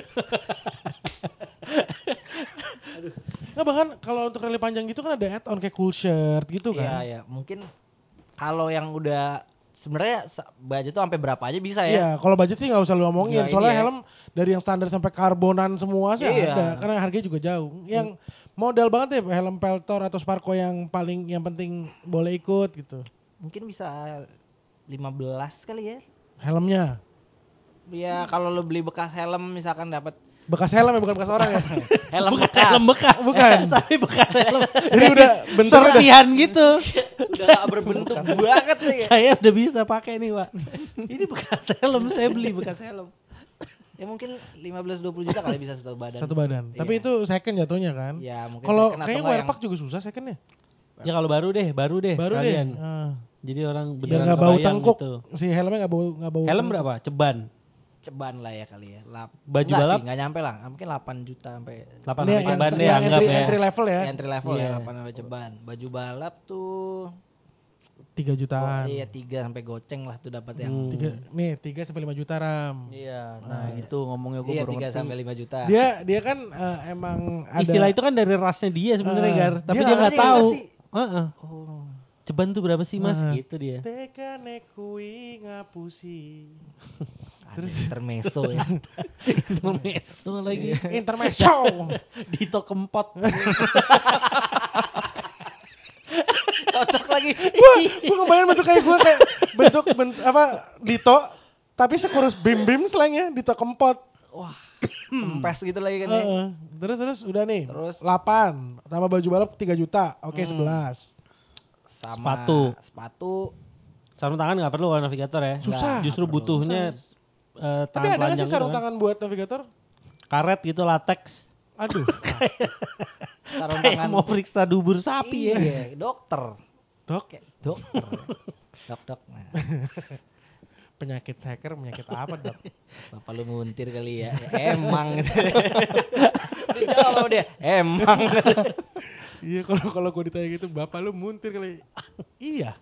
Nggak, bahkan kalau untuk rally panjang gitu kan ada add-on kayak cool shirt gitu Iya kan. ya mungkin kalau yang udah sebenarnya sa- budget tuh sampai berapa aja bisa Iya, ya. kalau budget sih nggak usah lu omongin, Nggak, ini soalnya ya. helm dari yang standar sampai karbonan semua sih Iya. ada, karena harganya juga jauh. Yang modal banget ya helm Peltor atau Sparco yang paling yang penting boleh ikut gitu. Mungkin bisa lima belas kali ya. Helmnya Ya kalau lo beli bekas helm misalkan dapat bekas helm ya, bukan bekas orang ya. helm Bukan bekas. helm bekas. Bukan. Tapi bekas helm. Jadi udah bentuknya udah serpihan gitu. Udah gak berbentuk banget nih. Saya udah bisa pakai nih, Pak. Ini bekas helm, saya beli bekas helm. Ya mungkin lima belas dua puluh juta kali bisa satu badan. satu badan. Tapi Iya. itu second jatuhnya kan. Ya mungkin Kalau second atau kayaknya enggak Wearpack juga susah secondnya. Ya kalau baru deh, baru deh Baru sekalian. deh. Ah. Jadi orang Biar beneran nggak bau kebayang tengkuk. gitu. Si helmnya nggak bau nggak bau. Helm tengkuk. berapa? Ceban. ceban lah ya kali ya. Lap, Baju enggak balap? sih, enggak nyampe lah. Mungkin delapan juta sampai delapan Ini sampai yang, ceban yang, deh yang anggap entry, ya. entry level ya. entry level Iya. ya delapan sampai ceban. Baju balap tuh tiga jutaan. oh, iya tiga sampai goceng lah tuh dapat yang. Hmm. Tiga, nih tiga sampai lima juta ram. Iya, Ah, nah iya. itu ngomongnya gue Iya baru tiga ngerti. sampai lima juta. Dia dia kan eh, emang ada. Istilah itu kan dari rasnya dia sebenarnya, Ah, Gar. Tapi dia dia nggak nggak ngerti, tahu. ngerti. Heeh. Oh. Ceban tuh berapa sih, Mas? Ah. Gitu dia. Tekane kui ngapusi. Terus intermezzo ya. Intermezzo lagi. Intermezzo. Dito Kempot. Cocok lagi. Gua gua kebayang bentuk kayak gua kayak bentuk bent, apa Dito tapi sekurus Bim Bim selangnya Dito Kempot. Wah, kempes gitu lagi kan ya. Heeh. Terus terus udah nih. Terus? delapan tambah baju balap tiga juta. Oke, Hmm. sebelas. Sama Sepatu. Sepatu. Sarung tangan nggak perlu kalau navigator ya. Susah. Justru Nggak perlu. butuhnya eh, Tapi tangan ada nggak telanjang sih sarung gitu kan. tangan buat navigator? Karet gitu latex. Aduh. Sarung Kayak tangan. mau periksa dubur sapi ya. Iya, dokter. Dok, Kayak dokter. Dok dok. Nah, penyakit hacker penyakit apa, Dok? bapak lu muntir kali ya. Ya, emang. Dijawab sama dia. Emang. Iya, kalau kalau gua ditanya gitu, Bapak lu muntir kali. Iya.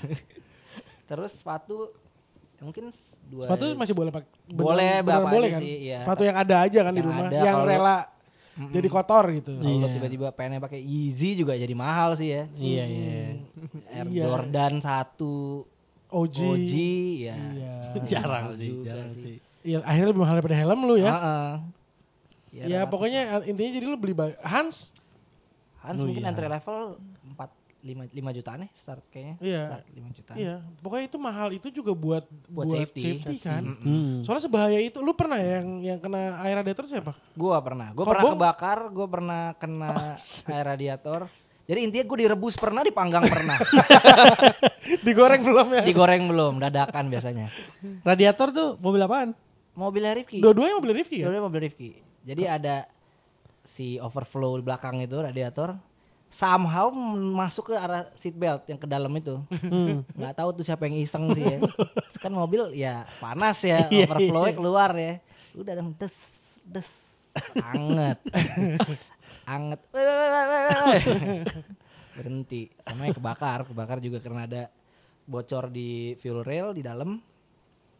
Terus sepatu ya mungkin s- dua. Sepatu masih boleh pakai. Boleh, beneran berapa boleh aja kan? sih, iya. Sepatu yang ada aja kan di Yang rumah, ada, yang kalau- rela Mm-mm. jadi kotor gitu. Kalau lu Iya. tiba-tiba pengen pakai Yeezy juga jadi mahal sih ya. Iya, iya. Air Iya. Jordan satu O G. O G ya. Iya. Jarang mahal sih, juga jarang sih. sih. Iya, akhirnya lebih mahal daripada helm lu ya. Heeh. Ya, relatif. pokoknya intinya jadi lu beli ba- Hans. Hans Oh, mungkin iya. entry level empat lima lima jutaan nih start kayaknya. Iya. Start lima jutaan. Iya, pokoknya itu mahal itu juga buat Buat safety. kan. Mm-mm. Hmm. Soalnya sebahaya itu, lu pernah ya yang yang kena air radiator siapa? Gua pernah. Gua Kobong? pernah kebakar, gua pernah kena air radiator. Jadi intinya gue direbus pernah, dipanggang pernah. Digoreng belum ya? Digoreng belum, dadakan biasanya. Radiator tuh mobil apaan? Mobilnya Rifki. Dua-duanya mobil Rifki ya? Dua-duanya mobil Rifki. Jadi ada si overflow di belakang itu radiator. Somehow masuk ke arah seat belt yang ke dalam itu. Hmm. Nggak tahu tuh siapa yang iseng sih ya. Terus kan mobil ya panas ya, Iya, overflow-nya iya. keluar ya. Udah dong des des anget. Anget. Weh, weh, weh, weh, weh. Berhenti. Sama kebakar, kebakar juga karena ada bocor di fuel rail di dalam.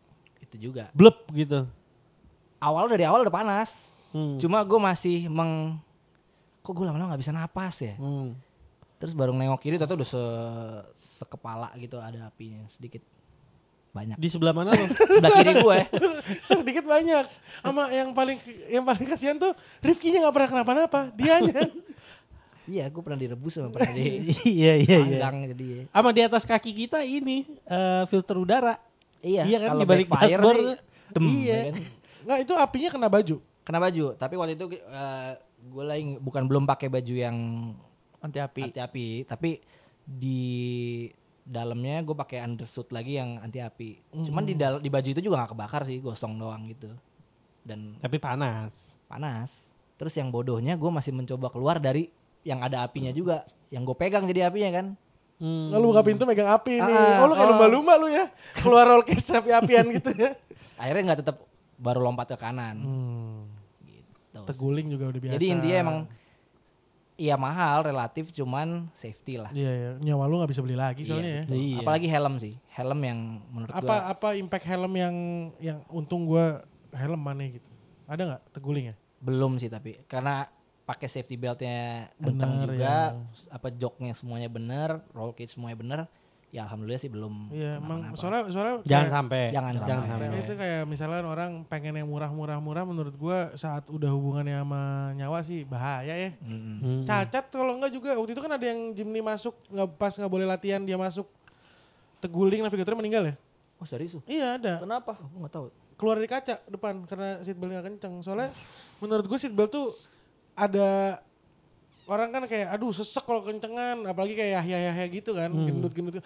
itu juga. Blep gitu. Awal dari awal udah panas. Hmm. Cuma gue masih meng kok gue lama-lama nggak bisa napas ya. Hmm. Terus baru nengok kiri ternyata udah se sekepala gitu ada apinya sedikit. Banyak. Di sebelah mana lo? Sebelah kiri gue. Sedikit banyak. Sama yang paling yang paling kasihan tuh Rifkinya nggak pernah kenapa-napa, dianya. Iya, gue pernah direbus sama pernah di Iya iya iya. panggang jadi. Sama di atas kaki kita ini eh, filter udara. Iya, Iya kan kalau di balik backfire dashboard. sih, dem, Iya. ya kan? Nggak, itu apinya kena baju. Kena baju, tapi waktu itu uh, gue lagi bukan belum pakai baju yang Anti api. anti api, tapi di dalamnya gue pakai undersuit lagi yang anti api. Cuman di dal- di baju itu juga nggak kebakar sih, gosong doang gitu. Dan Tapi panas. panas. Terus yang bodohnya gue masih mencoba keluar dari yang ada apinya juga, yang gue pegang jadi apinya kan. Hmm. Lalu buka pintu megang api nih. Ah, Oh lu kayak oh. lumba-lumba lu ya. Keluar roll cage api-apian gitu ya. Akhirnya nggak tetap baru lompat ke kanan. Hmm. Gitu. Teguling juga udah biasa. Jadi intinya emang iya mahal relatif cuman safety lah. Iya ya, nyawa lu nggak bisa beli lagi soalnya ya. betul. Iya. Apalagi helm sih. Helm yang menurut Apa gua apa impact helm yang yang untung gua helm mana gitu. Ada nggak teguling ya? belum sih tapi karena pakai safety beltnya kencang Bener, juga, ya. apa joknya semuanya bener, roll cage semuanya bener. Ya alhamdulillah sih belum. Iya, emang kenapa-napa. soalnya soalnya Jangan kayak- sampai. Jangan Jangan sampai. sampai. Itu kayak misalnya orang pengen yang murah-murah-murah menurut gua saat udah hubungannya sama nyawa sih bahaya ya. Mm-mm. Hmm. Cacat kalau enggak juga waktu itu kan ada yang Jimny masuk nggak pas nggak boleh latihan dia masuk teguling navigatornya meninggal ya? Oh serius? Iya ada. Kenapa? Oh, gua nggak tahu. Keluar dari kaca depan karena seatbeltnya nggak kenceng. Soalnya menurut gue seatbelt tuh ada orang kan kayak aduh sesek kalau kencengan, apalagi kayak yahya-yahya gitu kan, Hmm. gendut-gendut.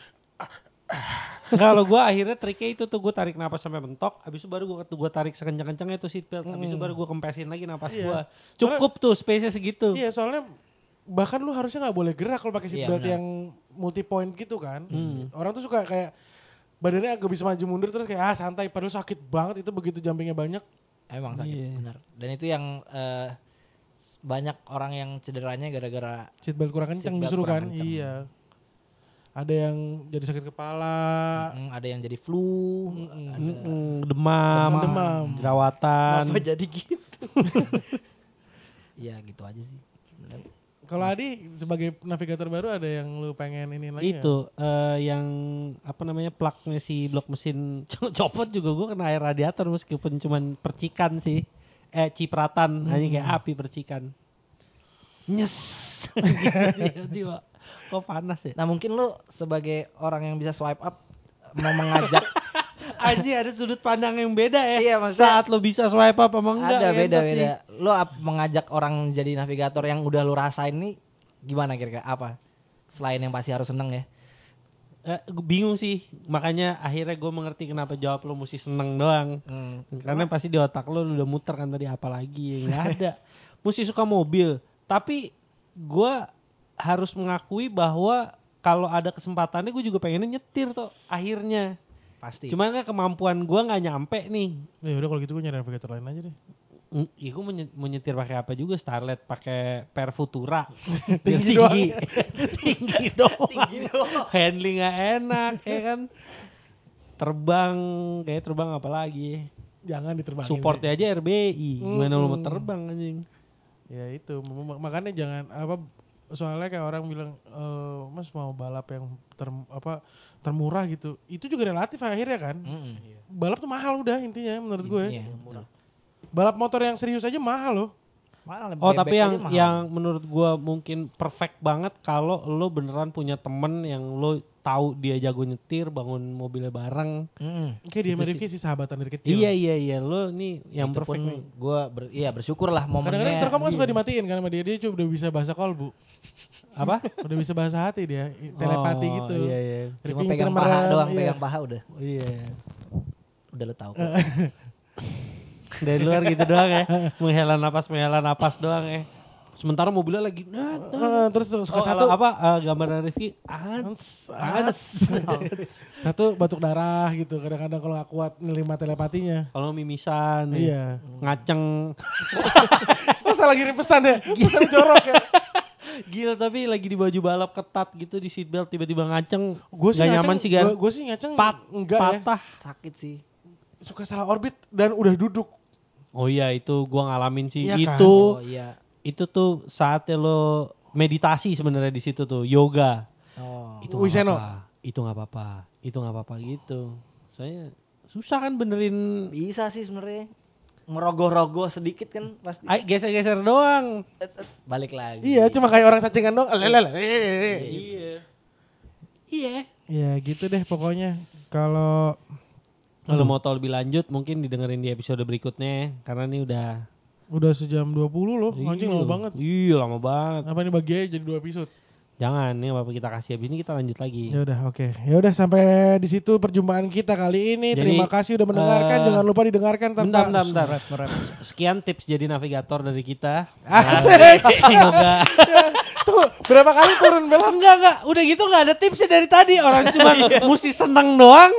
Kalau gue akhirnya triknya itu tuh gue tarik napas sampai mentok, habis itu baru gue gue tarik sekencang-kencangnya tuh seatbelt, habis itu Hmm. baru gue kempesin lagi napas Iya. gue. Cukup tuh space-nya segitu. Iya soalnya bahkan lu harusnya nggak boleh gerak kalau pakai Iya, seatbelt benar. yang multi point gitu kan. Hmm. Orang tuh suka kayak badannya agak bisa maju mundur terus kayak ah santai, padahal sakit banget itu begitu jumpingnya banyak. Emang sakit Iya. benar. Dan itu yang eh, banyak orang yang cederanya gara-gara Seatbelt kurang kenceng Seatbelt justru kurang kan. kenceng. Iya. Ada yang jadi sakit kepala. mm, ada yang jadi flu, Mm-mm. ada Mm-mm, demam, Demam. jerawatan. Kenapa jadi gitu? ya gitu aja sih. Bener. Kalau Adi sebagai navigator baru ada yang lu pengen ini lagi nggak? Itu eh, yang apa namanya plugnya si blok mesin co- copot juga gue kena air radiator meskipun cuman percikan sih, eh cipratan Hmm. aja kayak api percikan. Nyes. Tiba-tiba kok panas ya? Nah mungkin lu sebagai orang yang bisa swipe up mau mengajak Anjir ada sudut pandang yang beda ya. Iya, maksudnya- Saat lo bisa swipe up apa enggak? ada ya, beda-beda. sih. Lu ap- mengajak orang jadi navigator yang udah lu rasain nih gimana kira-kira apa? Selain yang pasti harus seneng ya. Eh, gue bingung sih, makanya akhirnya gue mengerti kenapa jawab lo mesti seneng doang. Hmm. Karena pasti di otak lo udah muter kan tadi apa lagi, nggak ada. Mesti suka mobil, tapi gue harus mengakui bahwa kalau ada kesempatannya gue juga pengennya nyetir tuh akhirnya. Pasti. Cuman kan kemampuan gue nggak nyampe nih. Ya udah kalau gitu gue nyari navigator lain aja deh. Mm, Iya gue mau nye- mau nyetir pakai apa juga, Starlet pakai Perfutura. Tinggi Biar doang. tinggi, tinggi doang. Tinggi doang. Handling nggak enak ya kan. Terbang kayak terbang apa lagi? Jangan diterbangin. Supportnya sih. aja R B I. Gimana lo mau Mm-mm. terbang anjing? Ya itu mak- makanya jangan apa soalnya kayak orang bilang eh Mas mau balap yang ter, apa termurah gitu. Itu juga relatif akhirnya kan. Mm-mm. Balap tuh mahal udah intinya menurut gue. Iya, betul. Balap motor yang serius aja mahal loh. Mahal, Oh bebek tapi aja yang mahal. yang menurut gua mungkin perfect banget kalau lo beneran punya temen yang lo tahu dia jago nyetir, bangun mobilnya bareng. Mm-mm. Kayak dia Itu sama sih. Rifki sih sahabatan dari kecil. Iya iya iya lo nih yang Itu perfect pun nih. gue ber, iya bersyukur lah Kadang-kadang momennya. intercom kan suka Iya. dimatiin kan sama dia. Dia cuma udah bisa bahasa kolbu. Apa? Udah bisa bahasa hati dia. i- Telepati Oh, gitu. Iya iya. Cuma Rifki pegang nyetir paha merem, doang, iya. pegang paha udah. Iya. Udah lo tahu kok. Dari luar gitu doang ya. Menghela napas menghela napas doang ya. Sementara mobilnya lagi nah, Eh, terus suka oh, satu apa uh, gambaran Rifki Ans, ans. satu batuk darah gitu. Kadang-kadang kalau nggak kuat nerima telepatinya. Kalau mimisan nih, Iya. ngaceng. Masa lagi ngirim pesan ya? Pesan jorok ya. Gila tapi lagi di baju balap ketat gitu di seatbelt tiba-tiba ngaceng. Gue sih Nggak ngaceng, nyaman sih Gar. Gue sih ngaceng Pat, enggak ya. patah. Sakit sih. suka salah orbit dan udah duduk. Oh iya itu gua ngalamin sih. Iya kan? Itu Oh iya. itu tuh saatnya lo meditasi sebenarnya di situ tuh, yoga. Oh. Itu nggak Wiseno. apa-apa, itu nggak apa-apa, itu nggak apa-apa gitu. Soalnya susah kan benerin. Bisa sih sebenarnya. Ngerogoh-rogoh sedikit kan pasti. Ay, geser-geser doang. Et, et, balik lagi. Iya, cuma kayak orang cacingan dong. Lelele. Iya. Iya. Ya gitu deh pokoknya. Kalau Kalau mau tahu lebih lanjut mungkin didengerin di episode berikutnya karena ini udah udah sejam dua puluh loh, anjing lama banget. Iya, lama banget. Apa ini bagi aja jadi dua episode? Jangan, ini apa kita kasih habis ini kita lanjut lagi. Ya udah, oke. Ya udah sampai di situ perjumpaan kita kali ini. Jadi, Terima kasih udah mendengarkan. uh, Jangan lupa didengarkan tanpa Bentar, bentar, bentar. Sekian tips jadi navigator dari kita. Asik. Semoga Tuh, berapa kali turun belakang? enggak, enggak. Udah gitu enggak ada tipsnya dari tadi. Orang cuma mesti seneng doang.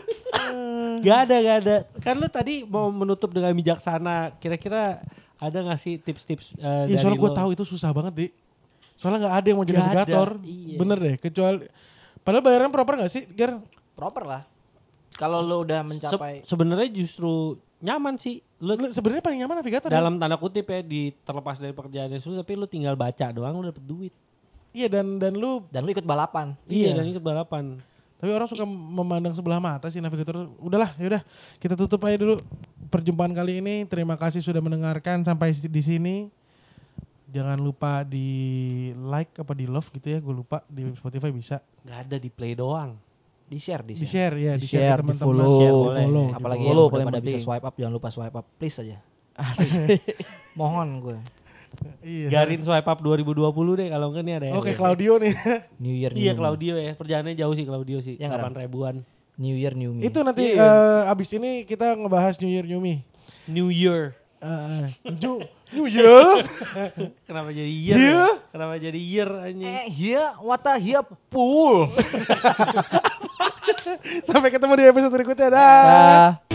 Gak ada, gak ada. Kan lu tadi mau menutup dengan bijaksana. Kira-kira ada gak sih tips-tips uh, Iya, dari soalnya gue lo? tahu itu susah banget, Di. Soalnya nggak ada yang mau jadi Nggak ada, navigator. iya. Bener deh, kecuali padahal bayaran proper nggak sih, Ger? Proper lah. Kalau lo udah Se- mencapai sebenarnya justru nyaman sih. Lu Lu sebenarnya paling nyaman navigator. dalam tanda kutip ya, di terlepas dari pekerjaan yang susah, tapi lu tinggal baca doang lu dapet duit. Ya? Iya, dan dan lu dan lo ikut balapan. Iya, Iya. dan ikut balapan. tapi orang suka memandang sebelah mata sih navigator. Udahlah, yaudah kita tutup aja dulu perjumpaan kali ini. Terima kasih sudah mendengarkan sampai di sini. Jangan lupa di like apa di love gitu ya, gue lupa di Spotify bisa. Gak ada di play doang. Di share, di Di share. share ya, Di di share share, ke di teman-teman. follow. Share boleh. follow, Apalagi di yang follow udah paling pada bisa penting. swipe up, jangan lupa swipe up please aja. Asik. Mohon gue. Iya. Garin swipe up dua ribu dua puluh deh kalau enggak nih ada. Oke, yang- Claudio nih. New Year New Iya Me. Claudio ya, perjalanannya jauh sih Claudio sih, Ya, nggak, delapan ribuan. New Year New Me. Itu nanti Iya. eh, abis ini kita ngebahas New Year New Me. New Year. Eh, New, New Year. Kenapa jadi year? Iya. ya? Kenapa jadi year anjing? Eh, here, what a here pool. Sampai ketemu di episode berikutnya. Dah. Dah.